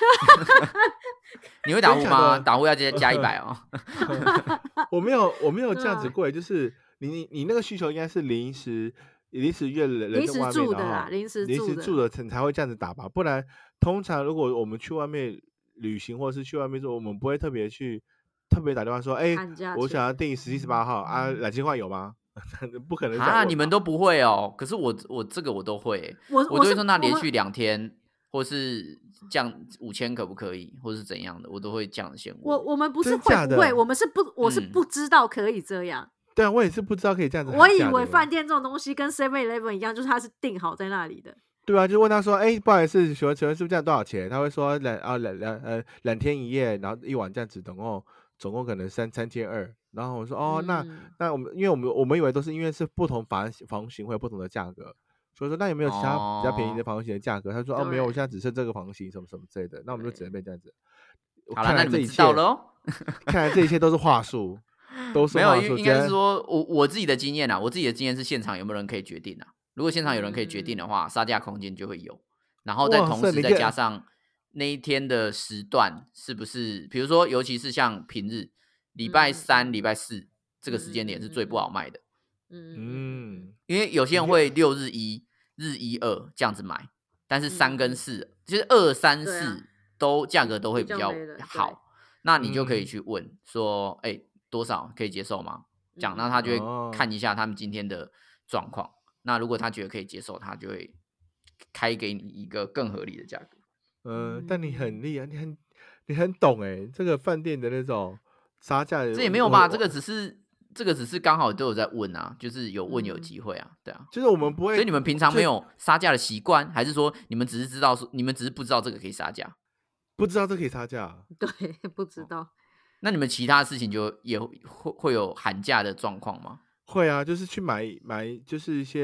你会打呼吗？打呼要加加一百哦。 我没有，我没有这样子过，就是你你你那个需求应该是临时临时约人临时住的啦， 临时临时住的才才会这样子打吧，不然通常如果我们去外面旅行或者是去外面做，我们不会特别去特别打电话说，哎、欸，我想要订十七十八号啊，两千块有吗？不可能啊！你们都不会哦，可是我我这个我都会、欸， 我我都会说那连续两天，或是降五千可不可以，或是怎样的，我都会这样先问。 我我们不是会不会，我们是不我是不知道可以这样。 嗯、对啊，我也是不知道可以这样子。 我以为饭店这种东西跟 seven eleven 一样，就是它是定好在那里的。 对啊，就问他说，哎、欸，不好意思，请问请问是不是这样多少钱？他会说两啊两两呃两天一夜，然后一晚这样子，总共总共可能三三千二。然后我说哦，那、嗯、那我们因为我们我们以为都是因为是不同房房型会有不同的价格，所以说那有没有其他比较便宜的房型的价格？哦、他说哦没有，我现在只剩这个房型什么什么之类的，那我们就只能被这样子。 好了，那你们知道了哦。 看来这一切都是话术，都是话术。 没有，应该是说我我自己的经验啊，我自己的经验是现场有没有人可以决定啊？如果现场有人可以决定的话，杀价空间就会有，然后再同时再加上那一天的时段是不是？比如说，尤其是像平日。礼拜三、礼、嗯、拜四这个时间点是最不好卖的，嗯，因为有些人会六日一、日一二这样子买，但是三跟四，嗯、就是二三四都价格都会比较好，那你就可以去问说，哎、欸，多少可以接受吗？讲，那他就会看一下他们今天的状况，那如果他觉得可以接受，他就会开给你一个更合理的价格。 嗯、呃，但你很厉害，你很你很懂哎、欸，这个饭店的那种。杀价这也没有吧，这个只是这个只是刚好都有在问啊，就是有问有机会啊，对啊， 就是我们不会， 所以你们平常没有杀价的习惯，还是说你们只是知道说你们只是不知道这个可以杀价， 不知道这个可以杀价， 对，不知道。 那你们其他事情就也会会有喊价的状况吗？ 会啊，就是去买买就是一些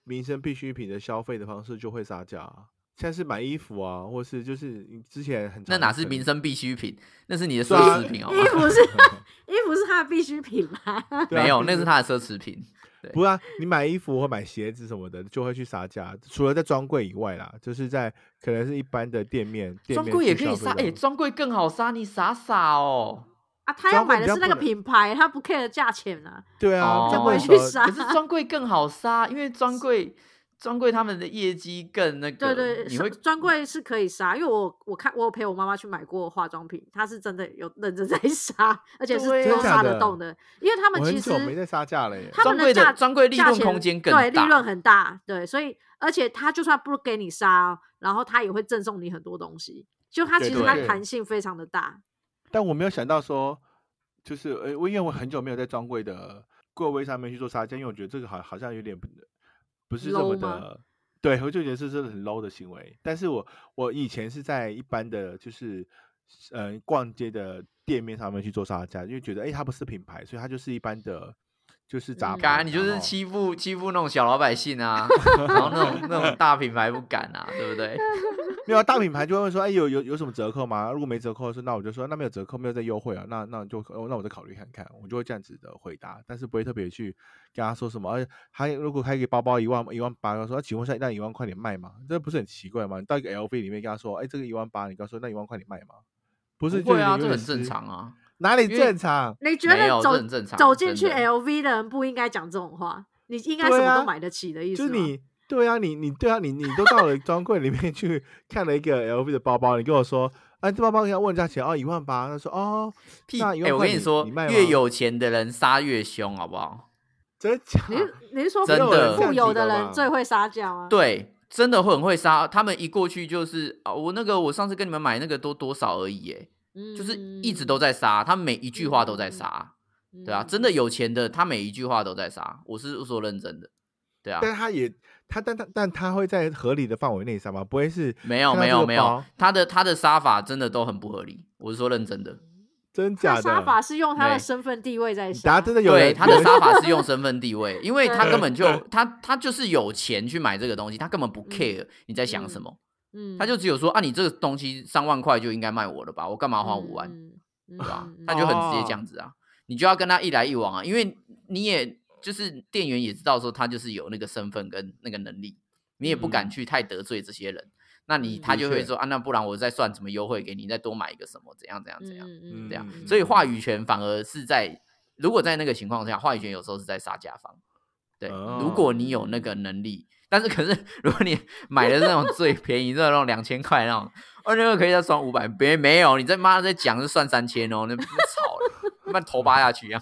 民生必需品的消费的方式就会杀价啊。像是买衣服啊，或是就是之前很那哪是民生必需品，那是你的奢侈品好吗？ 衣服是衣服是他的必需品吗？ 没有，那是他的奢侈品。 不是啊，你买衣服或买鞋子什么的就会去杀价，除了在专柜以外啦，就是在可能是一般的店面，专柜也可以杀，哎、欸，专柜更好杀，你傻傻哦。 啊，他要买的是那个品牌，他不 care 价钱啊。 对啊， 就不会去杀。 可是专柜更好杀，因为专柜专柜他们的业绩更那个。 对对，你会专柜是可以杀，因为我我看我有陪我妈妈去买过化妆品，她是真的有认真在杀，而且是都杀得动的，因为他们其实我很久没在杀价了耶。 他们的价专柜利润空间更大， 对，利润很大，对，所以而且他就算不给你杀，然后他也会赠送你很多东西，就他其实他弹性非常的大。 但我没有想到说。就是呃，因为我很久没有在专柜的柜位上面去做杀价，因为我觉得这个好好像有点不不是这么的，对，我就觉得是真的很 low 的行为。但是我我以前是在一般的就是呃逛街的店面上面去做杀价，因为觉得哎、欸，它不是品牌，所以它就是一般的，就是杂牌。 敢、嗯、你就是欺负欺负那种小老百姓啊，然后那种那种大品牌不敢啊，对不对？ 没有大品牌就会问说，哎、欸，有有有什么折扣吗？如果没折扣的时候，那我就说那没有折扣，没有在优惠啊，那那就、哦、那我再考虑看看，我就会这样子的回答，但是不会特别去跟他说什么。而且他如果开一个包包一万一万八，他说、啊、请问一下那一万块你卖吗？这不是很奇怪吗？你到一个 L V 里面跟他说，哎、欸，这个一万八，你跟他说那一万块你卖吗？不是， 不会啊，这很正常啊。 哪里正常？ 你觉得走正常走进去 L V 的人不应该讲这种话？你应该什么都买得起的意思吗？ 就是你。对啊，你你对啊，你你都到了专柜里面去看了一个 L V 的包包，你跟我说，啊，这包包要问价钱哦，一万八，他说哦， 屁，哎、欸，我跟你说， 你越有钱的人杀越凶，好不好？ 真假？ 你你是说真的富有的人最会杀价吗？ 对，真的会很会杀，他们一过去就是啊，我那个我上次跟你们买那个都多少而已，哎、嗯，就是一直都在杀，他每一句话都在杀，嗯、对啊，真的有钱的，他每一句话都在杀，我是说认真的。对啊， 但他也他但他但他会在合理的范围内杀吗？不会是没有没有没有，他的他的杀法真的都很不合理，我是说认真的， 真假的？ 他杀法是用他的身份地位在杀， 他真的有对他的杀法是用身份地位，因为他根本就他他就是有钱去买这个东西，他根本不 care 你在想什么，嗯，他就只有说啊，你这个东西三万块就应该卖我了吧，我干嘛花五万，嗯、对吧、啊？他就很直接这样子啊，你就要跟他一来一往啊，因为你也。就是店员也知道说他就是有那个身份跟那个能力，你也不敢去太得罪这些人，嗯、那你他就会说啊，那不然我再算什么优惠给你，再多买一个什么，怎样怎样怎样，嗯、这样。所以话语权反而是在，如果在那个情况下，话语权有时候是在杀价方。对，哦、如果你有那个能力，但是可是如果你买的那种最便宜那种两千块那种，哦那个可以再算五百，别没有，你在妈在讲是算三千哦，那吵了，慢头扒下去一样。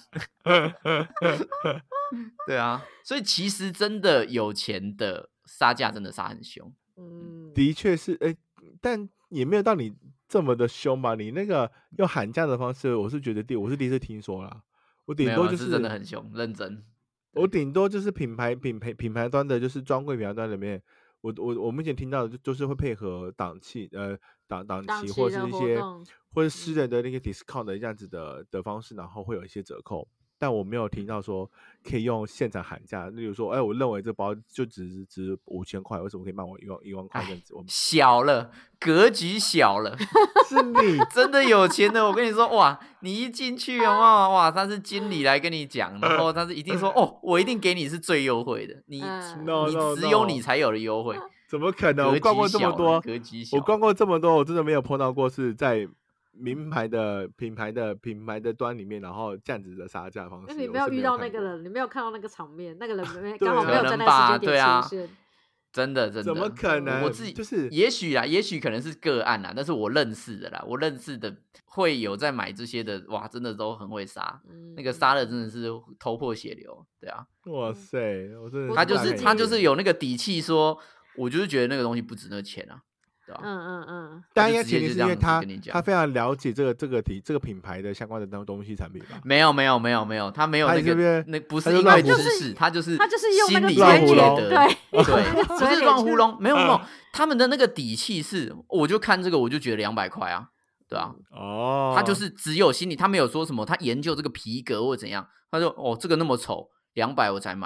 对啊，所以其实真的有钱的杀价真的杀很凶， 嗯，的确是，哎、欸，但也没有到你这么的凶吧？你那个用喊价的方式，我是觉得第我是第一次听说啦，我顶多就是、 是真的很凶，认真。 我顶多就是品牌品牌品牌端的，就是专柜品牌端里面，我我我目前听到的就就是会配合档期，呃档档期或是一些或者私人的那个 discount 的这样子的的方式，然后会有一些折扣。但我没有听到说可以用现场喊价，例如说，哎、欸，我认为这包就只值五千块，为什么可以卖我一万一万块这样子？我小了，格局小了， 是你真的有钱的。我跟你说，哇，你一进去有没有？哇，他是经理来跟你讲，然后他是一定说，哦，我一定给你是最优惠的，你、 no, 你只有你才有的优惠， 怎么可能？我逛过这么多， 格局小， 我逛过这么多，我真的没有碰到过是在。名牌的品牌的品牌的端里面，然后这样子的杀价方式， 那你没有遇到那个人，你没有看到那个场面，那个人没刚好没有在那个时间点出现， 真的真的， 怎么可能？ 我自己就是也许啦，也许可能是个案啦，但是我认识的啦，我认识的会有在买这些的，哇，真的都很会杀，嗯、那个杀的真的是头破血流，对啊， 哇塞，我真的他就是他就是有那个底气说，我就是觉得那个东西不值那钱啊。 嗯嗯嗯， 但应该前提是因为他他非常了解这个这个题这个品牌的相关的东西产品吧？ 没有没有没有没有，他没有那个那不是因为知识，他就是他就是用那个心里觉得对对，不是乱糊弄，没有没有，他们的那个底气是，我就看这个我就觉得两百块啊，对啊， 哦， 他就是只有心里，他没有说什么，他研究这个皮革或怎样，他说哦这个那么丑，两百我才买。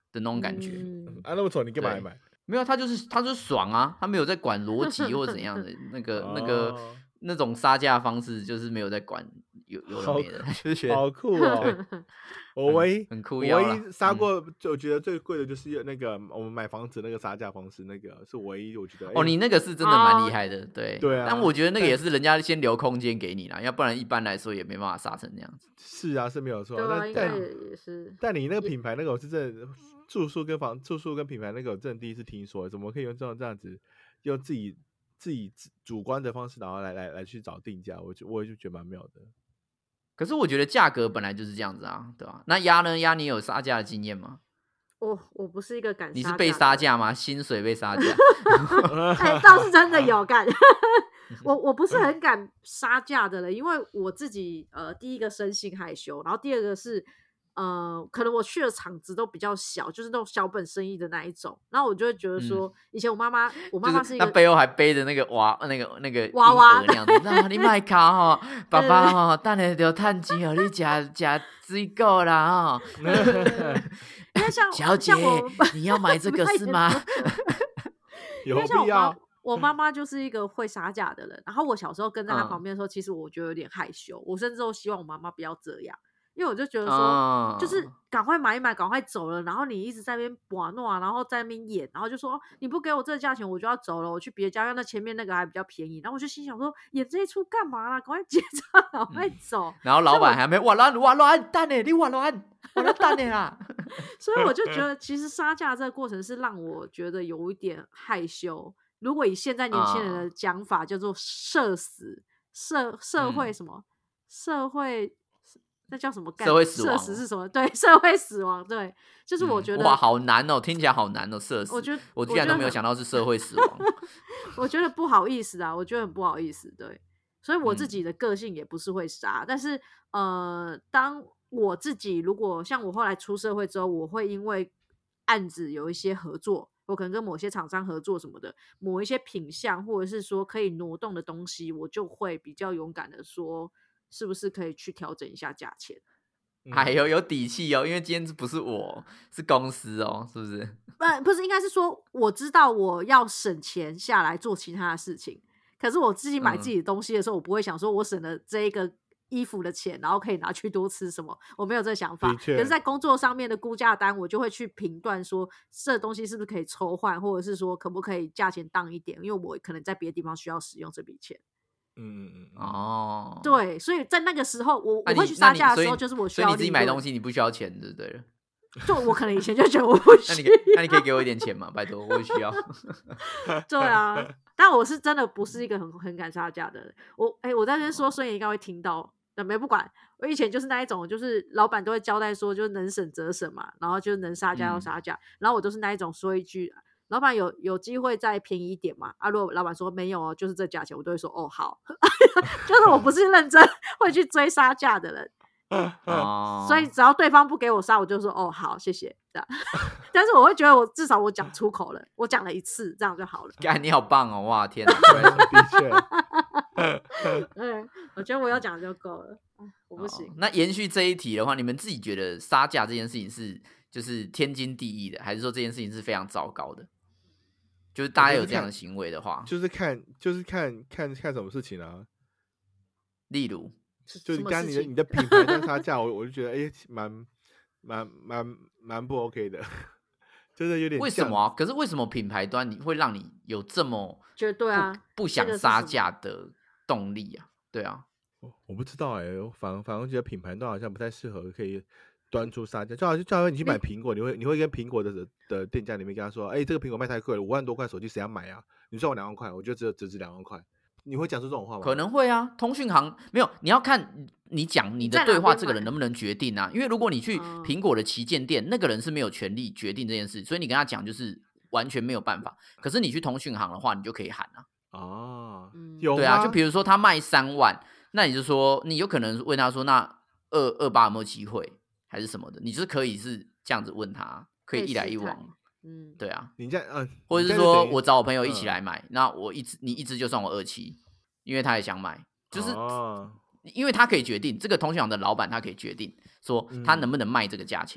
的那种感觉。 嗯、 啊，那么丑，你干嘛还买？ 没有，他就是他就是爽啊，他没有在管逻辑或怎样的那个、那个那种杀价方式，就是没有在管有有的没的，就是觉得好酷哦。我唯一很酷， 我唯一杀过，就我觉得最贵的就是那个我们买房子那个杀价方式，那个是唯一我觉得。 哦，你那个是真的蛮厉害的，对对啊。 但我觉得那个也是人家先留空间给你啦，要不然一般来说也没办法杀成那样子。 是啊，是没有错。 对啊， 但也是。 但你那个品牌那个我是真的住宿跟房住宿跟品牌那个我真的第一次听说，怎么可以用这种这样子用自己自己主观的方式，然后来来来去找定价，我就我就觉得蛮妙的。 可是我觉得价格本来就是这样子啊，对吧？那鸭呢？鸭你有杀价的经验吗？ 我我不是一个敢杀价的人。 你是被杀价吗？薪水被杀价？ 哎，倒是真的有干。我我不是很敢杀价的人，因为我自己呃，第一个生性害羞，然后第二个是呃，可能我去的场子都比较小，就是那种小本生意的那一种，然后我就会觉得说，嗯、以前我妈妈，我妈妈是一个， 那背后还背着那个娃，那个那个娃娃那样子，那你买卡哈，爸爸哈，等下就趁钱哦，你吃吃水果啦哈。 因为像小姐，你要买这个是吗？ 有必要。 我妈妈就是一个会杀价的人，然后我小时候跟在她旁边的时候，嗯、其实我觉得有点害羞，我甚至都希望我妈妈不要这样。因为我就觉得说，哦、就是赶快买一买，赶快走了。然后你一直在那边玩弄，然后在那边演，然后就说你不给我这个价钱，我就要走了，我去别家，让那前面那个还比较便宜。然后我就心想说，演这一出干嘛啦？赶快结账，赶快走。 嗯、然后老板还没哇乱哇乱蛋呢，你哇乱哇乱蛋呢啦。 所以我就觉得，其实杀价这个过程是让我觉得有一点害羞。如果以现在年轻人的讲法，叫做社死社社会什么、嗯、社会。那叫什么？ 社会死亡？ 社死是什么？对，社会死亡。对，就是我觉得、 嗯、哇，好难哦，听起来好难哦，社死。 我觉得我竟然都没有想到是社会死亡。 我觉得不好意思啊，我觉得很不好意思。对，所以我自己的个性也不是会杀，嗯、但是呃，当我自己如果像我后来出社会之后，我会因为案子有一些合作，我可能跟某些厂商合作什么的，某一些品项或者是说可以挪动的东西，我就会比较勇敢的说。是不是可以去调整一下价钱？ 还有有底气哦，因为今天不是我，是公司哦，是不是？ 不，不是，应该是说我知道我要省钱下来做其他的事情，可是我自己买自己的东西的时候，嗯、我不会想说我省了这一个衣服的钱，然后可以拿去多吃什么，我没有这个想法。可是，在工作上面的估价单，我就会去评断说这东西是不是可以抽换，或者是说可不可以价钱当一点，因为我可能在别的地方需要使用这笔钱。 嗯嗯嗯哦， 对，所以在那个时候，我我会去杀价的时候，就是我需要所以你自己买东西，你不需要钱，对不对了？ 就我可能以前就觉得我不需要， 那你那你可以给我一点钱吗？拜托，我需要。 对啊，但我是真的不是一个很很敢杀价的人。我哎、欸，我在这边说，孙爷应该会听到，但没不管。我以前就是那一种，就是老板都会交代说，就能省则省嘛，然后就能杀价要杀价，嗯、然后我都是那一种说一句。老板有有机会再便宜一点嘛？啊，如果老板说没有哦，就是这价钱，我都会说哦好，就是我不是认真会去追杀价的人， 哦， 所以只要对方不给我杀，我就说哦好，谢谢这样。但是我会觉得我至少我讲出口了，我讲了一次，这样就好了。 干，你好棒哦！哇天哪， 的确， 对，我觉得我要讲就够了，我不行。 哦、那延续这一题的话，你们自己觉得杀价这件事情是就是天经地义的，还是说这件事情是非常糟糕的？就是大家有这样的行为的话， 就是看，就是看看看什么事情啊。 例如， 就是刚你的你的品牌在杀价，我我就觉得哎，蛮蛮蛮蛮不 OK 的，就是有点。 为什么啊？可是为什么品牌端你会让你有这么绝对啊不想杀价的动力啊？对啊， 我我不知道哎、欸，反反而觉得品牌端好像不太适合可以。端出杀价，就好像就好像你去买苹果，你会你会跟苹果的的店家里面跟他说，哎、欸，这个苹果卖太贵了，五万多块手机谁要买啊？你算我两万块，我就只有只值两万块，你会讲出这种话吗？ 可能会啊，通讯行没有，你要看你讲你的对话，这个人能不能决定啊？因为如果你去苹果的旗舰店，那个人是没有权利决定这件事，所以你跟他讲就是完全没有办法。可是你去通讯行的话，你就可以喊啊。 哦， 有对啊，就比如说他卖三万，那你就说你有可能问他说，那二二八有没有机会？还是什么的，你就是可以是这样子问他，可以一来一往， 嗯， 对啊， 你这样，嗯、呃， 或者是说我找我朋友一起来买，嗯、那我一支你一支就算我二七，因为他也想买，就是、哦、因为他可以决定，这个通讯行的老板他可以决定说他能不能卖这个价钱，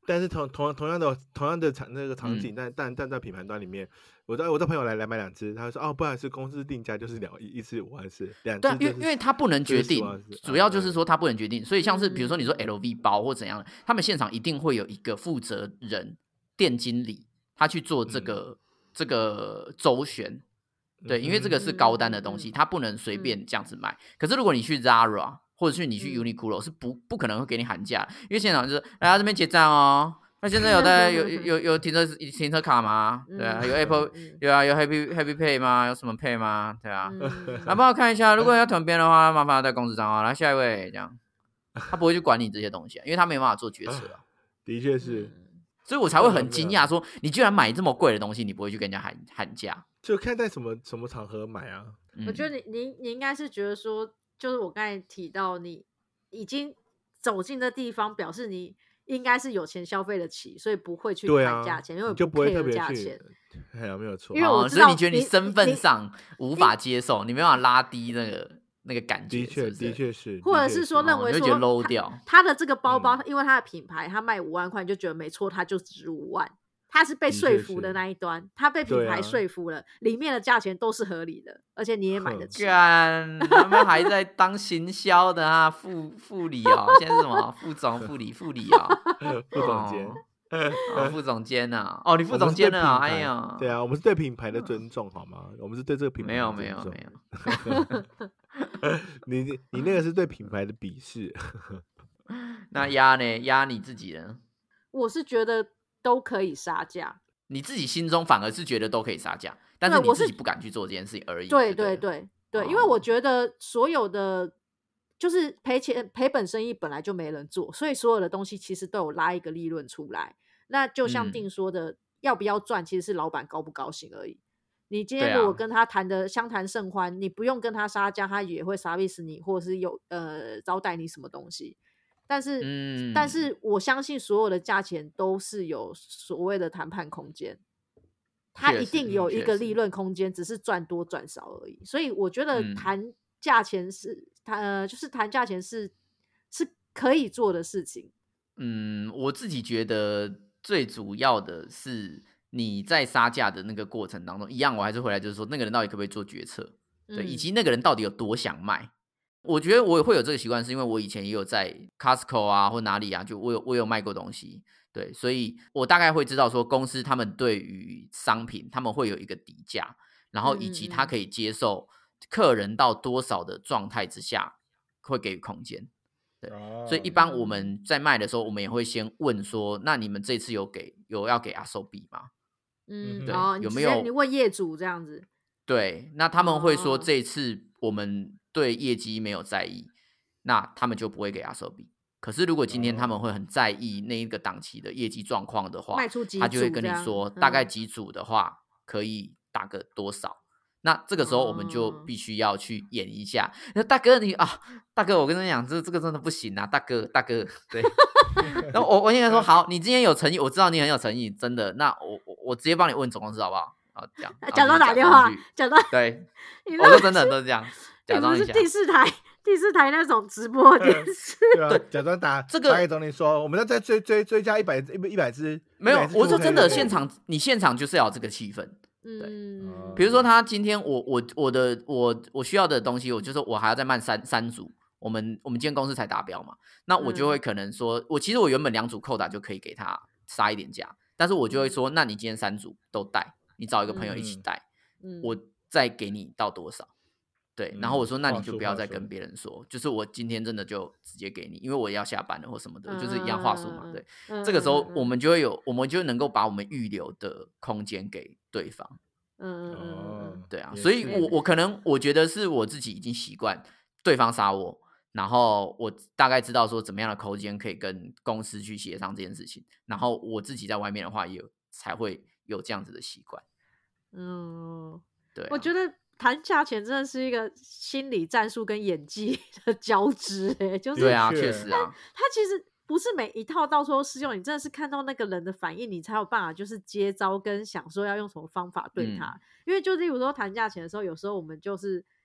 但是同同同样的同样的场那个场景，嗯、但但但在品牌端里面，我的我的朋友来来买两只，他说哦，不好意思，公司定价就是两一次五万四，两只、就是、 对，因为因为他不能决定，主要就是说他不能决定，所以像是比如说你说 L V 包或怎样的，他们现场一定会有一个负责人店经理，他去做这个、嗯、这个周旋。对，因为这个是高单的东西，他不能随便这样子卖。嗯、可是如果你去 Zara 或者是你去 Uniqlo，、嗯、是不不可能会给你喊价，因为现场就是来到这边结账哦。那现在有的有有有停车停车卡吗？对啊，有 Apple 有啊，有 Happy Happy Pay 吗？有什么 Pay 吗？对啊，嗯、来帮我看一下，如果要团编的话，麻烦在公司账号。来下一位，这样他不会去管你这些东西、啊，因为他没办法做决策啊。 的确是。 嗯所以我才会很惊讶，说你居然买这么贵的东西，你不会去跟人家喊喊价？ 就看在什么什么场合买啊。 我觉得你你你应该是觉得说，就是我刚才提到，你已经走进这地方，表示你应该是有钱消费得起，所以不会去谈价钱， 啊、 因为就不会特别价钱。 哎呀，没有错。 因为我知道、哦，所以你觉得你身份上无法接受，你, 你没办法拉低那个。那个感觉的确的确是， 或者是说认为说、 哦、low 掉他, 他的这个包包、嗯，因为他的品牌，他卖五万块，你就觉得没错，他就值五万，他是被说服的那一端，他被品牌说服了，里面的价钱都是合理的，而且你也买得起。 干，他们还在当行销的啊，副副理哦，现在是什么副总、副理、副理啊、 哦，副总监。 哦，副总监啊，哦，你副总监啊，哎呀， 对啊，我们是对品牌的尊重，好吗？我们是对这个品牌的尊重。 没有没有没有，你你那个是对品牌的鄙视。 那压呢？压你自己呢？ 我是觉得都可以杀价， 你自己心中反而是觉得都可以杀价，但是你自己不敢去做这件事情而已。 对对对 对, 对、哦，因为我觉得所有的就是赔钱赔本生意本来就没人做，所以所有的东西其实都有拉一个利润出来。那就像定说的、嗯、要不要赚其实是老板高不高兴而已。你今天如果跟他谈的相谈甚欢、啊、你不用跟他杀价，他也会 service 你或者是有呃招待你什么东西。但是、嗯、但是我相信所有的价钱都是有所谓的谈判空间，他一定有一个利润空间，只是赚多赚少而已。所以我觉得谈价钱是、嗯、呃就是谈价钱是是可以做的事情。 嗯，我自己觉得最主要的是你在杀价的那个过程当中，一样我还是回来就是说那个人到底可不可以做决策，对、嗯，以及那个人到底有多想卖。我觉得我会有这个习惯是因为我以前也有在 Costco 啊或哪里啊，就我有我有卖过东西，对，所以我大概会知道说公司他们对于商品他们会有一个底价，然后以及他可以接受客人到多少的状态之下会给予空间。对，所以一般我们在卖的时候，我们也会先问说，那你们这次有给有要给阿寿比吗？ 嗯， 对， 哦、 有没有？ 你问业主这样子。 对，那他们会说这次我们对业绩没有在意，那他们就不会给阿寿比。可是如果今天他们会很在意那一个档期的业绩状况的话， 卖出几组他就会跟你说、嗯、大概几组的话可以打个多少。那这个时候我们就必须要去演一下，那、哦、大哥你啊，大哥我跟你讲，这这个真的不行啊，大哥大哥，对。然后我我应该说好，你今天有诚意，我知道你很有诚意，真的。那我我我直接帮你问总公司好不好？啊，这样假装打电话，假装对，我说真的都是这样，假装一下。 你不是第四台第四台那种直播电视， 对啊，假装打这个打给总理说，我们要再追追追加一百一一百只， 没有，我说真的，现场你现场就是要有这个气氛。对，嗯，比如说他今天我我我的我我需要的东西，我就说我还要再卖三三组，我们我们今天公司才达标嘛，那我就会可能说，嗯、我其实我原本两组扣打就可以给他杀一点价，但是我就会说，嗯、那你今天三组都带，你找一个朋友一起带，嗯、我再给你到多少？对，然后我说，那你就不要再跟别人说，就是我今天真的就直接给你，因为我要下班了或什么的，嗯、就是一样话术嘛。对，嗯、这个时候我们就会有，我们就能够把我们预留的空间给对方。嗯嗯嗯，对啊，所以我我可能我觉得是我自己已经习惯对方杀我，然后我大概知道说怎么样的空间可以跟公司去协商这件事情，然后我自己在外面的话也有才会有这样子的习惯。嗯，对、啊， 我觉得。谈价钱真的是一个心理战术跟演技的交织、欸，就是对啊，确实啊， 他其实不是每一套到时候适用，你真的是看到那个人的反应，你才有办法就是接招跟想说要用什么方法对他。嗯、因为就例如说谈价钱的时候，有时候我们就是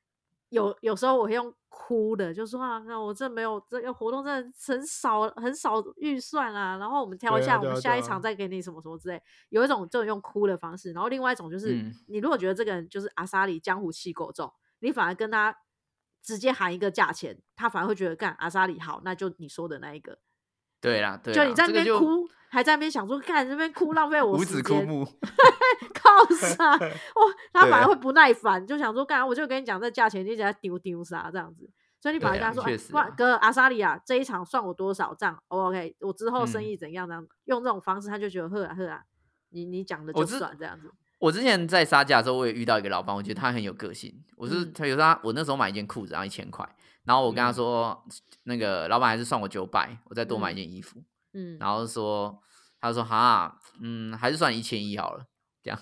有有时候我会用哭的，就说啊，我这没有这个活动，真的很少很少预算啊，然后我们挑一下，啊啊、我们下一场再给你什么什么之类。有一种这种用哭的方式，然后另外一种就是，嗯、你如果觉得这个人就是阿莎里江湖气够重，你反而跟他直接喊一个价钱，他反而会觉得干阿莎里好，那就你说的那一个。 对啦，对啦， 就你在那边哭，这个、还在那边想说，看那边哭浪费我时间， 无子哭目， 靠啥？哦，他反而会不耐烦，就想说，干我就跟你讲这价钱，你一直在丢丢啥这样子，所以你反而跟他说，啊哎、哥阿莎里亚这一场算我多少这样、哦、？OK， 我之后生意怎样这样、嗯，用这种方式，他就觉得呵啊呵啊，你你讲的就算这样子。 我之前在杀价的时候，我也遇到一个老板，我觉得他很有个性。我是他有时候我那时候买一件裤子，然后一千块，然后我跟他说，嗯、那个老板还是算我九百，我再多买一件衣服。嗯，然后说，他说哈，嗯，还是算一千一好了，这样。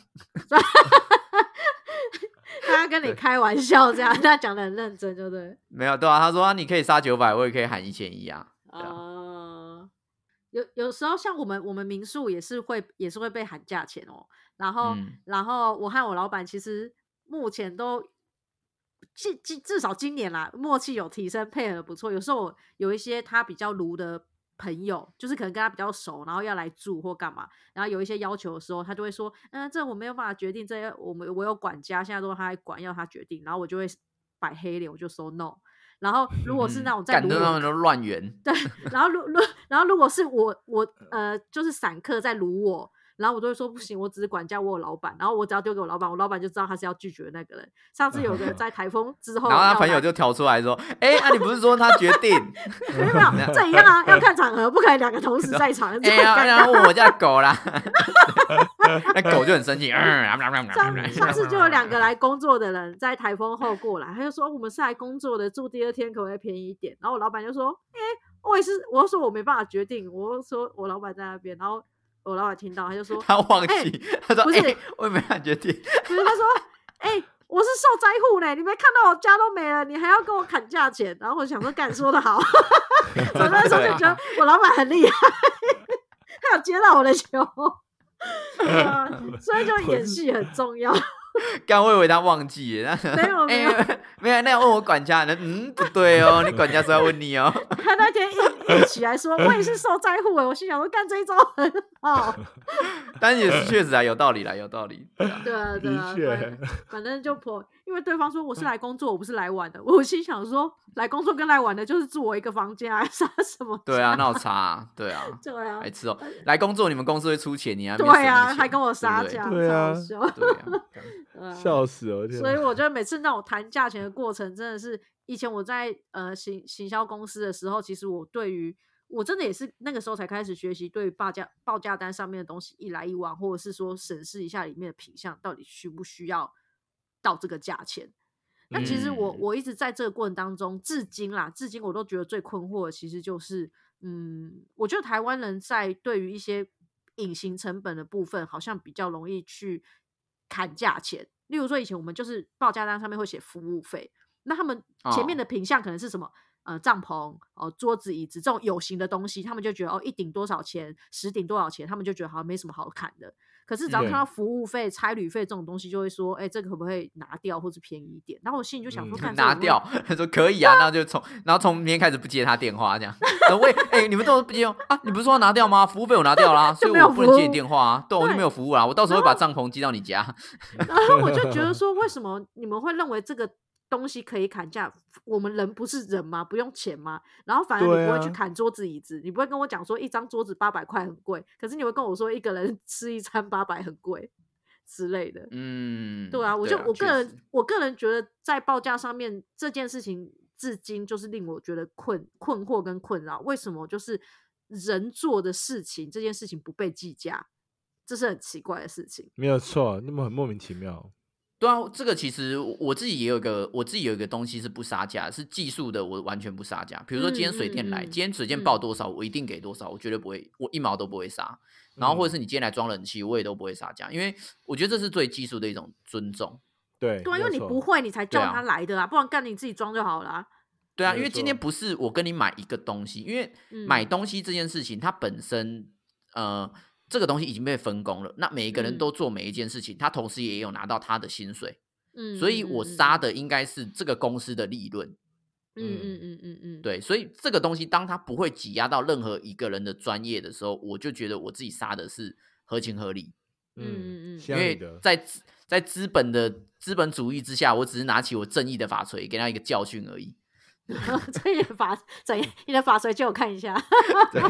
他跟你开玩笑，这样他讲的很认真，对不对？ 没有，对啊，他说、啊、你可以杀九百，我也可以喊一千一啊。哦、 呃，有有时候像我们我们民宿也是会也是会被喊价钱哦，然后、嗯、然后我和我老板其实目前都。至至少今年啦，默契有提升，配合不错。有时候我有一些他比较卢的朋友，就是可能跟他比较熟，然后要来住或干嘛，然后有一些要求的时候，他就会说，嗯，这我没有办法决定，这我们我有管家，现在都他来管，要他决定，然后我就会摆黑脸，我就说 no。然后如果是那种在卢， 感觉他们都乱源， 对，然后如如然后如果是我我呃就是散客在卢我。然后我都会说不行，我只是管家，我有老板。然后我只要丢给我老板，我老板就知道他是要拒绝的那个人。上次有个在台风之后， 然后他朋友就跳出来说：“哎、欸，啊，你不是说他决定？ 没有没有，这一样啊，要看场合，不可以两个同时在场。哎呀，然后我家狗啦，那狗就很生气。嗯、 上上次就有两个来工作的人在台风后过来，他就说我们是来工作的，住第二天可不可以便宜一点？然后我老板就说：哎、欸，我也是，我说我没办法决定，我说我老板在那边，然后。我老板听到，他就说：“ 他忘记，欸、他说不是、 欸，我也没办法决定。 不是，他说，哎、欸，我是受灾户呢，你没看到我家都没了，你还要跟我砍价钱？然后我想说，干说的好，我那时候就觉得我老板很厉害，他有接到我的球，啊、所以就演戏很重要。” 刚我以为他忘记了， 没有没有、 欸、没有，那样问我管家，嗯，不对哦，你管家说要问你哦。 他那天一一起来说，我也是受灾户哎，我心想说干这一招很好， 但也是确实啊，有道理啦，有道理。 对啊对啊，对啊，反正就破，因为对方说我是来工作，我不是来玩的，我心想说来工作跟来玩的就是住我一个房间啊，杀什么？ 对啊，那有差、啊，对啊， 对啊， 还吃哦，来工作你们公司会出钱，你还没对啊，还跟我杀价， 对啊， 对啊，笑死了！ 所以我觉得每次那种谈价钱的过程，真的是以前我在呃行行销公司的时候，其实我对于我真的也是那个时候才开始学习，对于报价报价单上面的东西一来一往，或者是说审视一下里面的品项到底需不需要到这个价钱。那其实我、嗯、我一直在这个过程当中，至今啦，至今我都觉得最困惑的其实就是，嗯，我觉得台湾人在对于一些隐形成本的部分，好像比较容易去砍价钱。例如说以前我们就是报价单上面会写服务费，那他们前面的品项可能是什么、哦、呃帐篷、哦、桌子椅子这种有形的东西，他们就觉得哦一顶多少钱，十顶多少钱，他们就觉得好像没什么好砍的。可是只要看到服务费、差旅费这种东西，就会说哎、欸，这个可不可以拿掉或是便宜一点？然后我心里就想说、嗯、看拿掉，他说可以啊，那就从然后从明天开始不接他电话这样。喂，哎、欸，你们都不接啊？你不是说要拿掉吗？服务费我拿掉啦、啊，所以我不能接你电话啊。对，我就没有服务啦，我到时候会把帐篷寄到你家。 然后我就觉得说，为什么你们会认为这个东西可以砍价？我们人不是人吗？不用钱吗？然后反而你不会去砍桌子椅子，啊、你不会跟我讲说一张桌子八百块很贵，可是你会跟我说一个人吃一餐八百很贵之类的。嗯，对啊，我就我个人我个人觉得在报价上面这件事情，至今就是令我觉得困困惑跟困扰。为什么就是人做的事情这件事情不被计价？这是很奇怪的事情。 没有错，那么很莫名其妙。 对啊，这个其实我自己也有一个，我自己有一个东西是不杀价，是技术的，我完全不杀价。比如说今天水电来，嗯嗯嗯、今天水电报多少、嗯，我一定给多少，我绝对不会，我一毛都不会杀。然后或者是你今天来装冷气，我也都不会杀价，因为我觉得这是对技术的一种尊重。 对， 对啊，因为你不会，你才叫他来的啊，不然干你自己装就好了、啊。 对啊，因为今天不是我跟你买一个东西，因为买东西这件事情，它本身呃。这个东西已经被分工了，那每一个人都做每一件事情、嗯、他同时也有拿到他的薪水， 嗯，所以我杀的应该是这个公司的利润。 嗯嗯嗯嗯嗯， 对，所以这个东西当它不会挤压到任何一个人的专业的时候，我就觉得我自己杀的是合情合理。 嗯嗯嗯， 因为在在资本的资本主义之下，我只是拿起我正义的法锤给他一个教训而已。 正义的法怎样？你的法锤借我看一下。 对,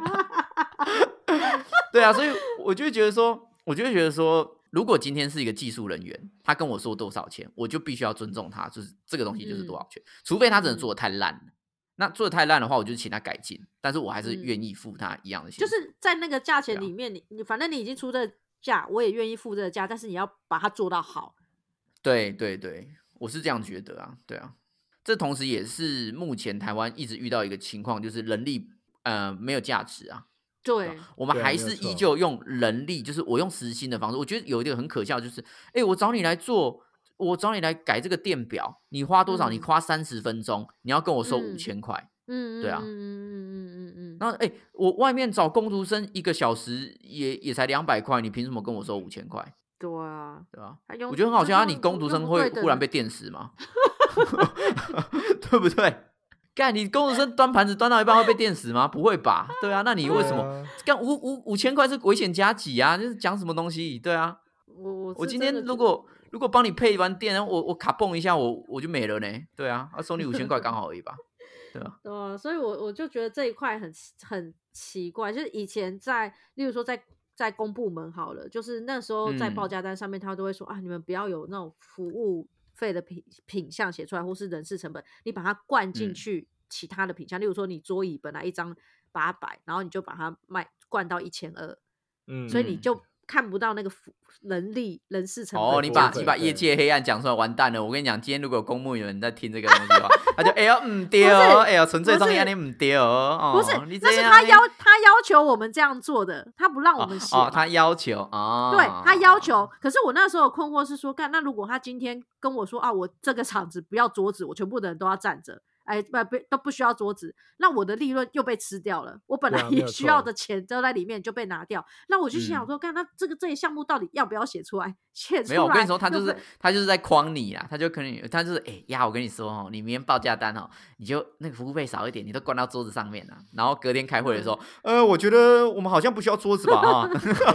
对啊，所以我就觉得说，我就觉得说，如果今天是一个技术人员，他跟我说多少钱，我就必须要尊重他，就是这个东西就是多少钱，嗯、除非他真的做的太烂了。嗯、那做的太烂的话，我就请他改进，但是我还是愿意付他一样的钱、 嗯。就是在那个价钱里面，你你反正你已经出这个价，我也愿意付这个价，但是你要把它做到好。 对对对，我是这样觉得啊，对啊。这同时也是目前台湾一直遇到一个情况，就是人力呃没有价值啊。 对， 我们还是依旧用人力，就是我用时薪的方式。我觉得有一个很可笑，就是哎，我找你来做，我找你来改这个电表，你花多少？嗯、你花三十分钟，你要跟我收五千块。嗯，对啊。嗯嗯嗯嗯嗯。然后哎，我外面找工读生一个小时也也才两百块，你凭什么跟我收五千块？ 对啊， 对吧？我觉得很好笑啊！你工读生会忽然被电死吗？对不对？干，你工读生端盘子端到一半会被电死吗？不会吧？对啊，那你为什么干五五五千块是危险加急啊？就是讲什么东西？对啊， 我我今天如果如果帮你配完电，我我卡蹦一下，我我就没了呢。对啊，要收你五千块刚好而已吧？对啊， 对啊，所以我我就觉得这一块很很奇怪，就是以前在，例如说在在公部门好了，就是那时候在报价单上面，他都会说、嗯、啊，你们不要有那种服务费的品品项写出来，或是人事成本，你把它灌进去其他的品项、嗯、例如说你桌椅本来一张八百，然后你就把它卖灌到一千二，嗯，所以你就看不到那个人力人事成本。 哦，你把你把业界黑暗讲出来，完蛋了！我跟你讲，今天如果有公务员在听这个东西的话，他就哎呀唔对哦，哎呀纯粹中央你唔对哦， 不是，那是他要他要求我们这样做的，他不让我们写。 哦，他要求哦， 对他要求。可是我那时候的困惑是说，干，那如果他今天跟我说啊，我这个场子不要桌子，我全部的人都要站着。哎，不不都不需要桌子，那我的利润又被吃掉了，我本来也需要的钱都在里面就被拿掉，那我就心想说，看、嗯、那这个这些项目到底要不要写出来？写出来没有，我跟你说，他就是他就是在诓你啦，他就可能他就是哎呀，我跟你说哦，你明天报价单哦，你就那个服务费少一点，你都关到桌子上面啦，然后隔天开会的时候，嗯、呃，我觉得我们好像不需要桌子吧啊，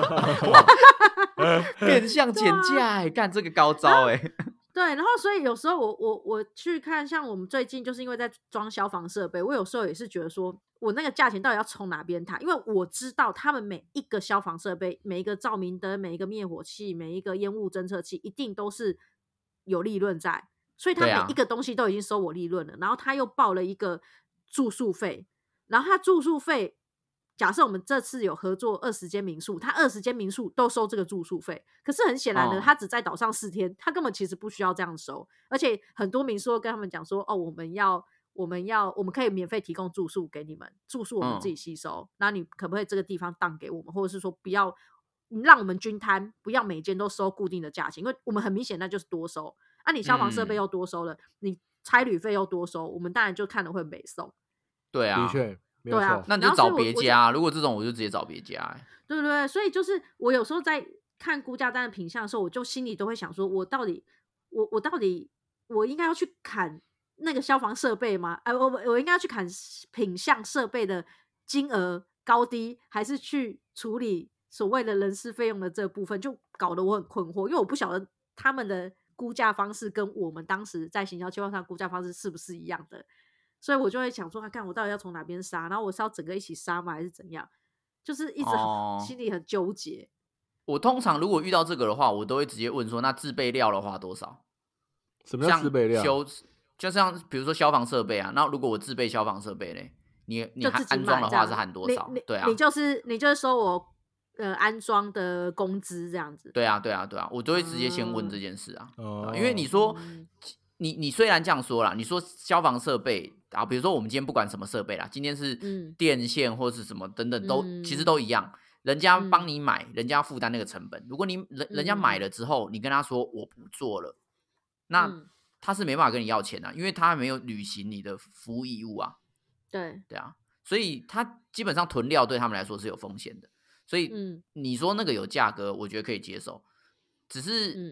变相减价哎，干、啊、这个高招哎。 对，然后所以有时候我我我去看，像我们最近就是因为在装消防设备，我有时候也是觉得说，我那个价钱到底要从哪边谈？因为我知道他们每一个消防设备、每一个照明灯、每一个灭火器、每一个烟雾侦测器，一定都是有利润在，所以他每一个东西都已经收我利润了。啊、然后他又报了一个住宿费，然后他住宿费。假设我们这次有合作二十间民宿，他二十间民宿都收这个住宿费，可是很显然的，哦、他只在岛上四天，他根本其实不需要这样收，而且很多民宿都跟他们讲说，哦，我们要我们要我们可以免费提供住宿给你们，住宿我们自己吸收，那、哦、你可不可以这个地方当给我们，或者是说不要让我们均摊，不要每间都收固定的价钱，因为我们很明显那就是多收，啊，你消防设备又多收了，嗯、你差旅费又多收，我们当然就看了会美送。 对啊， 的确。 对啊， 那你就找别家。如果这种，我就直接找别家、欸。 对对对，所以就是我有时候在看估价单的品项的时候，我就心里都会想说，我到底，我我到底，我应该要去砍那个消防设备吗？哎、呃，我我应该要去砍品项设备的金额高低，还是去处理所谓的人事费用的这部分？就搞得我很困惑，因为我不晓得他们的估价方式跟我们当时在行销计划上估价方式是不是一样的。所以我就会想说，看我到底要从哪边杀，然后我是要整个一起杀吗，还是怎样？就是一直、哦、心里很纠结。 我通常如果遇到这个的话，我都会直接问说，那自备料的话多少？ 什么叫自备料？ 修就像比如说消防设备啊，那如果我自备消防设备嘞，你你安装的话是含多少？对啊， 你就是你就是收我呃安装的工资这样子。 对啊，对啊，对啊，我都会直接先问这件事啊，哦、因为你说。嗯你你虽然这样说啦，你说消防设备啊，比如说我们今天不管什么设备啦，今天是电线或是什么等等都、嗯、其实都一样，人家帮你买，嗯、人家负担那个成本。如果你人人家买了之后，你跟他说我不做了，那、嗯、他是没办法跟你要钱啊，因为他没有履行你的服务义务啊。 对对啊，所以他基本上囤料对他们来说是有风险的。所以你说那个有价格，我觉得可以接受，只是。嗯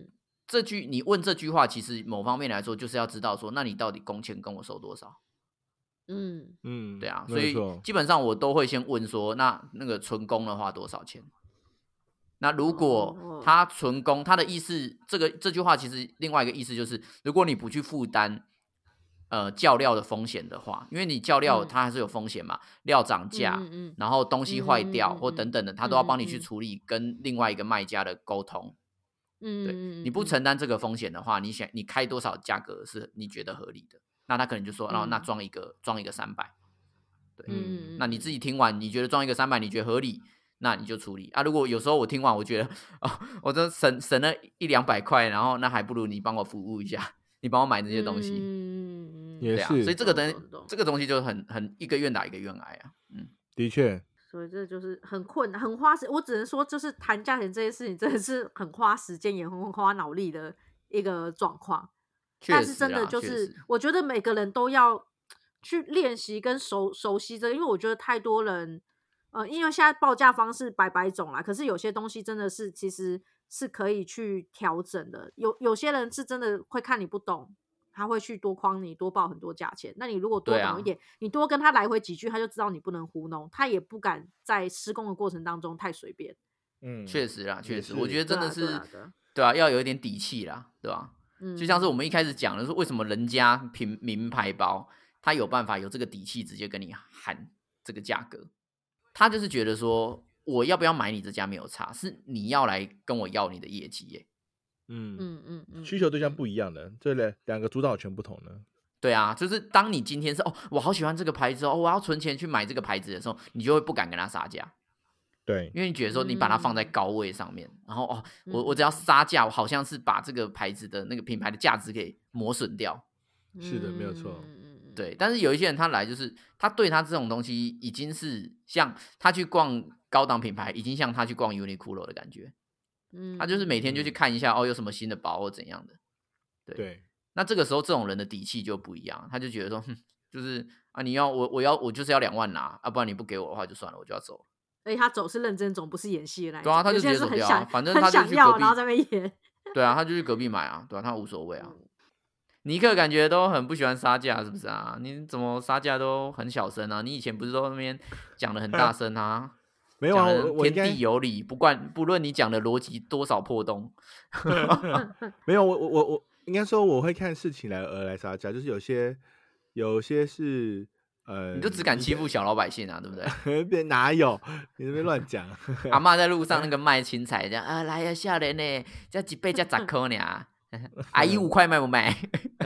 这句你问这句话，其实某方面来说，就是要知道说，那你到底工钱跟我收多少？ 嗯嗯， 对啊，所以基本上我都会先问说，那那个纯工的话多少钱？那如果他纯工，他的意思，这个这句话其实另外一个意思就是，如果你不去负担呃叫料的风险的话，因为你叫料它还是有风险嘛，嗯、料涨价，嗯嗯嗯然后东西坏掉、嗯、或等等的，他都要帮你去处理跟另外一个卖家的沟通。嗯，对，你不承担这个风险的话，你想你开多少价格是你觉得合理的？那他可能就说，然后那装一个装一个三百，对，嗯，那你自己听完，你觉得装一个三百，你觉得合理，那你就处理啊。如果有时候我听完，我觉得哦，我这省省了一两百块，然后那还不如你帮我服务一下，你帮我买这些东西， 嗯， 也是， 对啊，所以这个东这个东西就很很一个愿打一个愿挨啊，嗯， 的确。 所以这就是很困难，很花时。我只能说，就是谈价钱这件事情，真的是很花时间，也很花脑力的一个状况。但是真的就是，我觉得每个人都要去练习跟熟熟悉这个，因为我觉得太多人，呃，因为现在报价方式百百种啦，可是有些东西真的是其实是可以去调整的。有有些人是真的会看你不懂。他会去多诓你，多报很多价钱。那你如果多懂一点、啊，你多跟他来回几句，他就知道你不能糊弄，他也不敢在施工的过程当中太随便。 嗯，确实啦，确实，我觉得真的是，对啊, 对, 啊对啊，要有一点底气啦，对吧、啊嗯？就像是我们一开始讲的，说为什么人家品名牌包，他有办法有这个底气直接跟你喊这个价格，他就是觉得说，我要不要买你这家没有差，是你要来跟我要你的业绩耶。 嗯嗯嗯，需求对象不一样的，这两两个主导权不同的。 对啊，就是当你今天是哦，我好喜欢这个牌子哦，我要存钱去买这个牌子的时候，你就会不敢跟他杀价。 对， 因为你觉得说你把它放在高位上面，嗯、然后哦，我我只要杀价，我好像是把这个牌子的那个品牌的价值给磨损掉。 是的，没有错。 对，但是有一些人他来就是他对他这种东西已经是像他去逛高档品牌，已经像他去逛 Uniqlo 的感觉。他就是每天就去看一下、嗯、哦，有什么新的包或怎样的。对， 对， 那这个时候这种人的底气就不一样，他就觉得说，哼，就是啊，你要我我要我就是要两万拿，啊，不然你不给我的话就算了，我就要走了。 而且他走是认真走，不是演戏的那一种。 对啊，他就直接走掉、啊，反正他就去隔壁， 然后在那边演。 对啊，他就去隔壁买啊，对啊，他无所谓啊。尼克感觉都很不喜欢杀价，是不是啊？你怎么杀价都很小声啊？你以前不是都那边讲的很大声啊？ 没有啊， 天地有理，不管不论你讲的逻辑多少破洞， 没有我我我我应该说我会看事情来而来杀价，就是有些有些是呃， 你就只敢欺负小老百姓啊，对不对？ 别哪有你那边乱讲。 阿嬷在路上那个卖青菜，这样啊来呀，少年呢，这一杯才十块呢，阿姨五块卖不卖？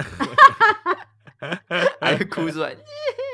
还哭出来。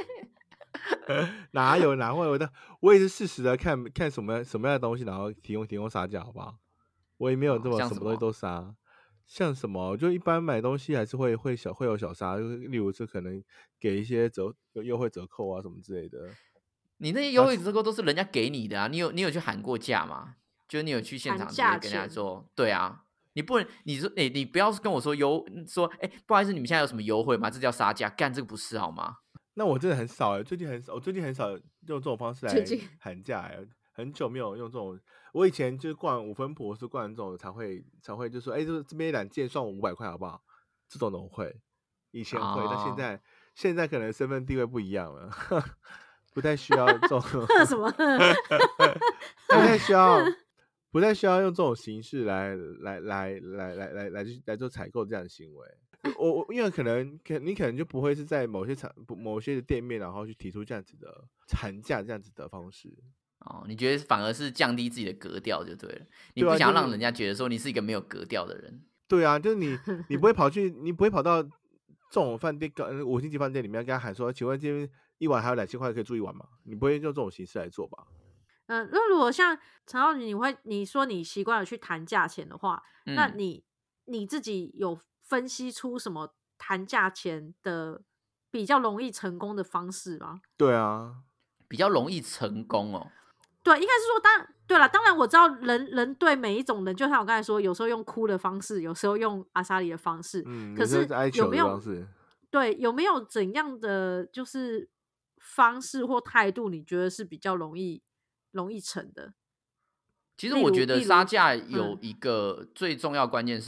哪有哪会我的？我也是适时的看看什么什么样的东西，然后提供提供杀价，好不好？我也没有这么、哦、什么东西都杀。像什么，就一般买东西还是会会小会有小杀，例如是可能给一些折优惠折扣啊什么之类的。 你那些优惠折扣都是人家给你的啊！你有你有去喊过价吗？就你有去现场直接跟人家说，对啊，你不能你说哎、欸，你不要跟我说优说哎、欸，不好意思，你们现在有什么优惠吗？这叫杀价，干这个不是好吗？ 那我真的很少哎、欸，最近很少，我最近很少用这种方式来喊价哎、欸，很久没有用这种。我以前就是逛五分埔是逛这种才会才会就说哎、欸，这这边两件算我五百块好不好？这种都会，以前会，哦、但现在现在可能身份地位不一样了，不太需要这种什么， 不太需要不太需要用这种形式来来来来来来来来做采购这样的行为。我我因为可能可你可能就不会是在某些场某些的店面，然后去提出这样子的喊价这样子的方式。 哦，你觉得反而是降低自己的格调就对了，你不想让人家觉得说你是一个没有格调的人。 对啊，就是你你不会跑去你不会跑到这种饭店五星级饭店里面跟他喊说，请问这边一碗还有两千块可以住一晚吗？你不会用这种形式来做吧？ 嗯、呃，那如果像常浩你会你说你习惯了去谈价钱的话，嗯、那你你自己有分析出什么谈价钱的比较容易成功的方式吗？ 对啊， 比较容易成功哦。 对，应该是说当对了，当然我知道人人对每一种人，就像我刚才说，有时候用哭的方式，有时候用阿莎里的方式， 嗯， 可是有没有对有没有怎样的就是方式或态度，你觉得是比较容易容易成的？ 其实我觉得杀价有一个最重要关键是，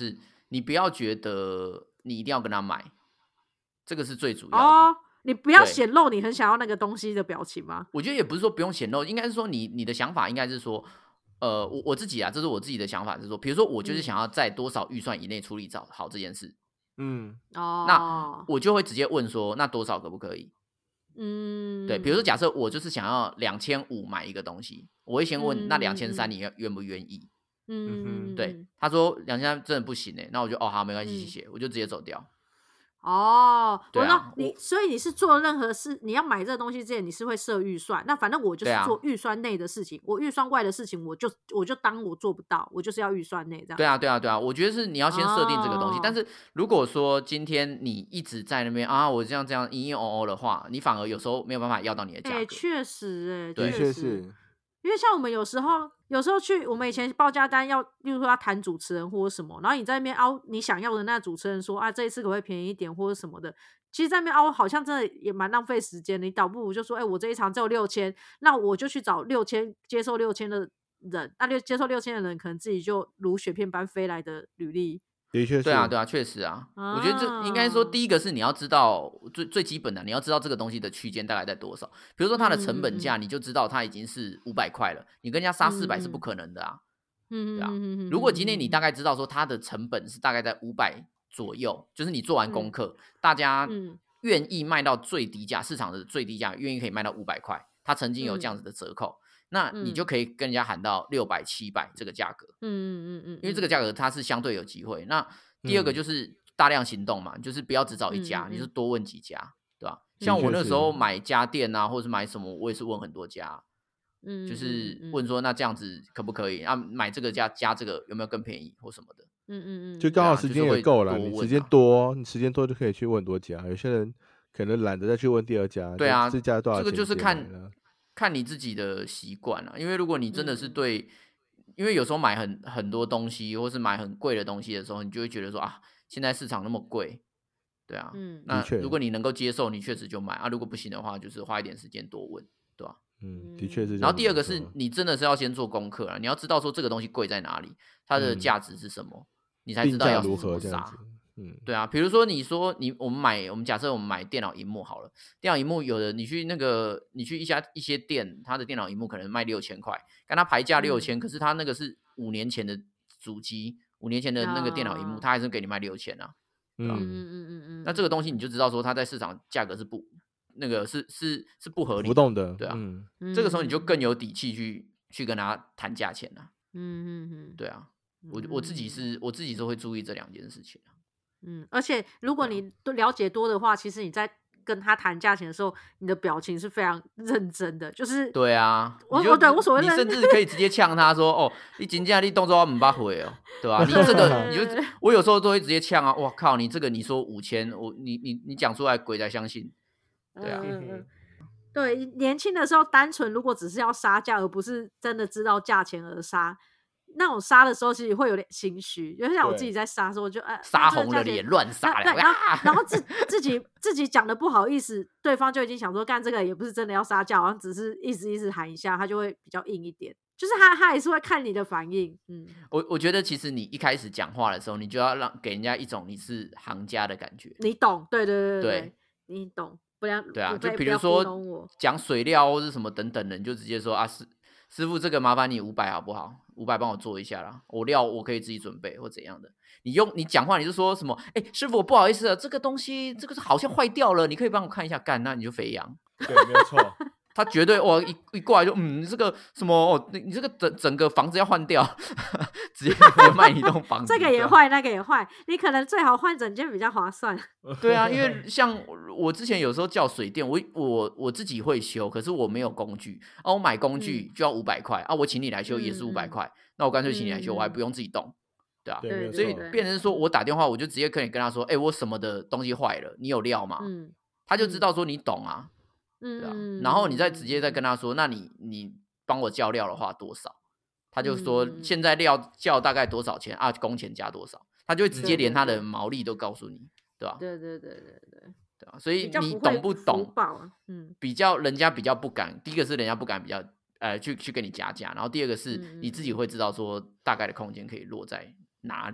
你不要觉得你一定要跟他买，这个是最主要的。 哦，你不要显露你很想要那个东西的表情吗？ 我觉得也不是说不用显露，应该是说你你的想法应该是说，呃，我我自己啊，这是我自己的想法，是说，比如说我就是想要在多少预算以内处理好这件事， 嗯， 哦， 那我就会直接问说，那多少可不可以？ 嗯， 对，比如说假设我就是想要两千五买一个东西，我会先问、 嗯、 那两千三你愿不愿意？ 嗯， 对，他说两千三真的不行哎、欸，那我就哦好没关系谢谢、嗯，我就直接走掉。 哦， 对啊， 你所以你是做任何事，你要买这个东西之前，你是会设预算。那反正我就是做预算内的事情，啊、我预算外的事情，我就我就当我做不到，我就是要预算内这样。 对啊，对啊，对啊，我觉得是你要先设定这个东西。 哦、 但是如果说今天你一直在那边啊，我这样这样嘤嘤哦哦的话，你反而有时候没有办法要到你的价格。 哎、欸，确实、欸，哎， 的确是。 因为像我们有时候，有时候去我们以前报价单要，例如说要谈主持人或者什么，然后你在那边凹你想要的那主持人说啊，这一次可不可以便宜一点或者什么的，其实在那边凹好像真的也蛮浪费时间的。你倒不如就说，哎、欸，我这一场只有六千，那我就去找六千接受六千的人，那六接受六千的人可能自己就如雪片般飞来的履历。 的确是， 对啊，对啊，确实啊，啊我觉得这应该说第一个是你要知道最最基本的，你要知道这个东西的区间大概在多少。比如说它的成本价，你就知道它已经是五百块了，你跟人家杀四百是不可能的啊，嗯，对啊。如果今天你大概知道说它的成本是大概在五百左右，就是你做完功课，嗯、大家愿意卖到最低价，市场的最低价愿意可以卖到五百块，它曾经有这样子的折扣。嗯，那你就可以跟人家喊到六百、七百这个价格，嗯嗯嗯嗯，因为这个价格它是相对有机会。那第二个就是大量行动嘛，嗯、就是不要只找一家，嗯、你就是多问几家，对吧？嗯、像我那时候买家电啊，或者是买什么，我也是问很多家，嗯，就是问说那这样子可不可以啊？买这个加加这个有没有更便宜或什么的？嗯嗯嗯， 就刚好时间也够了，啊、你时间多，你时间多就可以去问很多家。有些人可能懒得再去问第二家， 对啊， 这家多少钱？ 这个就是看。看你自己的习惯啊，因为如果你真的是对，嗯、因为有时候买很很多东西，或是买很贵的东西的时候，你就会觉得说啊，现在市场那么贵，对啊，嗯，那如果你能够接受，你确实就买啊；如果不行的话，就是花一点时间多问，对吧？ 嗯，的确是。 然后第二个是你真的是要先做功课啊，你要知道说这个东西贵在哪里，它的价值是什么，嗯、你才知道要如何怎么杀。 嗯， 对啊，比如说你说你我们买我们假设我们买电脑萤幕好了，电脑萤幕有的你去那个你去一家一些店，它的电脑萤幕可能卖六千块，跟它牌价六千、嗯，可是它那个是五年前的主机，五年前的那个电脑萤幕，它、哦、还是给你卖六千啊，对吧？嗯嗯嗯嗯，那这个东西你就知道说它在市场价格是不那个是是是不合理浮动的， 对啊， 嗯， 这个时候你就更有底气去去跟他谈价钱了、啊，嗯嗯嗯， 对啊，我我自己是我自己是会注意这两件事情、啊。 嗯，而且如果你都了解多的话，其实你在跟他谈价钱的时候，你的表情是非常认真的，就是对啊， 我我对我所谓你甚至可以直接呛他说：“哦，你真的你动作我唔捌会哦，对吧、啊？你这个你就我有时候都会直接呛啊，哇靠，你这个你说五千，我你你你讲出来鬼才相信，对啊。嗯” 对，年轻的时候单纯如果只是要杀价，而不是真的知道价钱而杀。那种杀的时候，其实会有点心虚，就像我自己在杀的时候，我就哎， 杀红了脸，乱杀了， 对，然后然后自自己自己讲的不好意思，对方就已经想说，干这个也不是真的要杀价，好像只是意思意思喊一下，他就会比较硬一点，就是他他也是会看你的反应。嗯， 我我觉得其实你一开始讲话的时候，你就要让给人家一种你是行家的感觉， 你懂，对对对 对, 對，你懂，不然对啊，就比如说讲水料或是什么等等的，你就直接说啊是。师傅，这个麻烦你五百好不好？五百帮我做一下啦，我料我可以自己准备或怎样的。你用你讲话你就说什么？哎、欸，师傅，我不好意思了，这个东西这个好像坏掉了，你可以帮我看一下。干，那你就肥羊。 对，没有错。 他绝对哇一一过来就嗯，这个什么哦，你这个整整个房子要换掉，直接卖你一栋房子。 这个也坏，那个也坏，你可能最好换整间比较划算。 对啊，因为像我之前有时候叫水电，我我我自己会修，可是我没有工具啊，我买工具就要五百块啊，我请你来修也是五百块，那我干脆请你来修，嗯、我还不用自己动，对啊， 对， 所以变成说我打电话我就直接可以跟他说，哎、欸，我什么的东西坏了，你有料吗？嗯、他就知道说你懂啊。对啊，然后你再直接再跟他说，那你你帮我叫料的话多少？他就说现在料叫大概多少钱啊？工钱加多少？他就会直接连他的毛利都告诉你，对吧？ 对对对对对， 对啊，所以你懂不懂？ 嗯， 比较人家比较不敢，第一个是人家不敢比较呃去去跟你加价，然后第二个是你自己会知道说大概的空间可以落在哪里。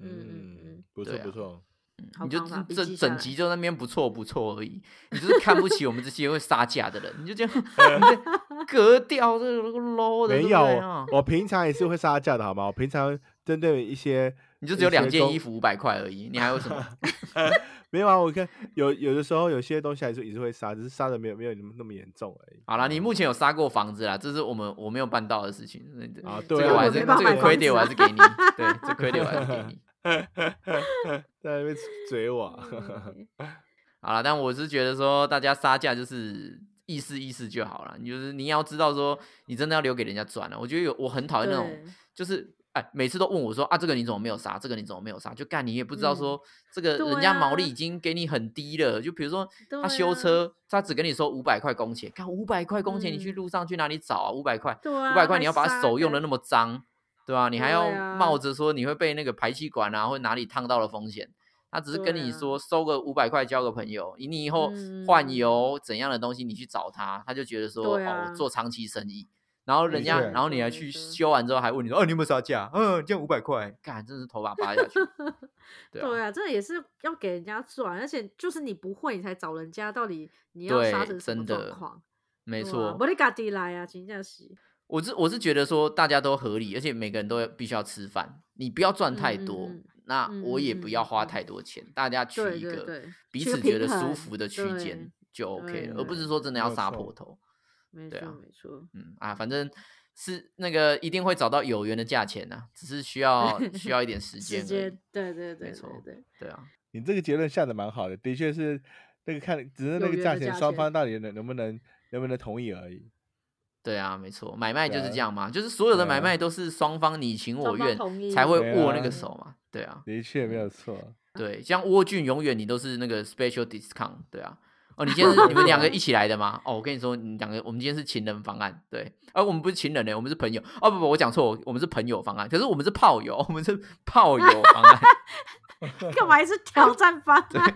嗯嗯， 不错不错。 你就这整集就那边不错不错而已，你就是看不起我们这些会杀价的人，你就这样，你格调这个 low 的。 没有，我平常也是会杀价的好吗？我平常针对一些， 你就只有两件衣服五百块而已，你还有什么？ 没有啊，我看有有的时候有些东西还是也是会杀，只是杀的没有没有那么严重而已。 好啦，你目前有杀过房子啦，这是我们我没有办到的事情啊。 对，这个我还是这个 credit 我还是给你，对，这 credit 我还是给你。 在那边嘴我。 好了，但我是觉得说，大家杀价就是意思意思就好了。你就是你要知道说，你真的要留给人家赚了。我觉得有我很讨厌那种，就是哎，每次都问我说啊，这个你怎么没有杀？这个你怎么没有杀？就干你也不知道说，嗯、这个人家毛利已经给你很低了。啊、就比如说他修车，啊、他只跟你说五百块工钱，看五百块工钱，嗯、你去路上去哪里找啊？五百块，五百块你要把手用的那么脏。对吧、啊？你还要冒着说你会被那个排气管啊或哪里烫到的风险，他只是跟你说收个五百块交个朋友，你以后换油怎样的东西你去找他，他就觉得说、啊、哦我做长期生意，然后人家然后你还去修完之后还问你说哦你有没有杀价？嗯，这样五百块，干真是头发拔下去。 对啊，对啊，这也是要给人家赚，而且就是你不会你才找人家，到底你要杀成什么状况？ 没错， 不你自己来啊，真的是。 我是我是觉得说大家都合理，而且每个人都必须要吃饭，你不要赚太多，嗯、那我也不要花太多钱，嗯、大家取一个彼此觉得舒服的区间就 OK 了，而不是说真的要杀破头。 对啊，没错， 嗯啊，反正是那个一定会找到有缘的价钱啊，只是需要需要一点时间。 时间，对对对， 没错，对对啊。 你这个结论下的蛮好的，的确是那个看，只是那个价钱双方到底能能不能能不能同意而已。 对啊，没错，买卖就是这样嘛，就是所有的买卖都是双方你情我愿才会握那个手嘛，对啊， 的确没有错。 对，像蜗苣永远你都是那个 special discount， 对啊。哦，你今天是你们两个一起来的吗？哦，我跟你说，你两个我们今天是情人方案，对，而、啊、我们不是情人呢，我们是朋友。哦不不，我讲错，我们是朋友方案，可是我们是炮友，我们是炮友方案。 干嘛是挑战方案？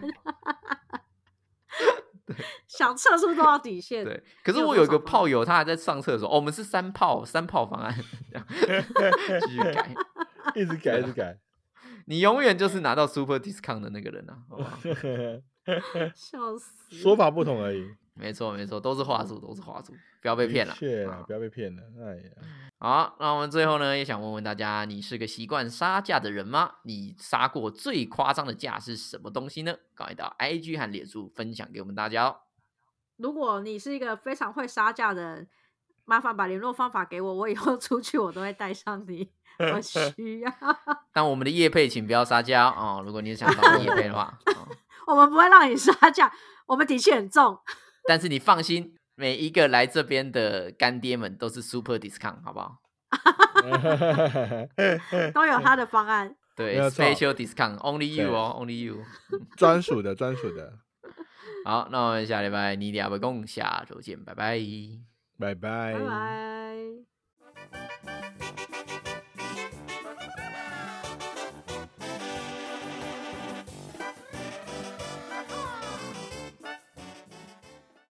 想测出多少底线？ 对，可是我有一个炮友，他还在上厕所。哦，我们是三炮，三炮方案，继续改， 一直改，一直改。 你永远就是拿到 super discount 的那个人啊，好不好？ 笑死！ 说法不同而已。 没错，没错，都是话术，都是话术，不要被骗了。 是啊，不要被骗了。哎呀， 好，那我们最后呢，也想问问大家，你是个习惯杀价的人吗？你杀过最夸张的价是什么东西呢？赶快到 I G 和脸书分享给我们大家哦。 如果你是一个非常会杀价的人，麻烦把联络方法给我，我以后出去我都会带上你。我需要。 但我们的业配请不要杀价哦，如果你想当业配的话、哦， 我们不会让你杀价，我们底气很重。 但是你放心，每一个来这边的干爹们都是 super discount， 好不好？ 都有他的方案。 对 ，special discount only you 哦 ，only you， 专属的，专属的。 好，那我们下礼拜你俩不共下周见，拜拜， 拜拜， 拜拜。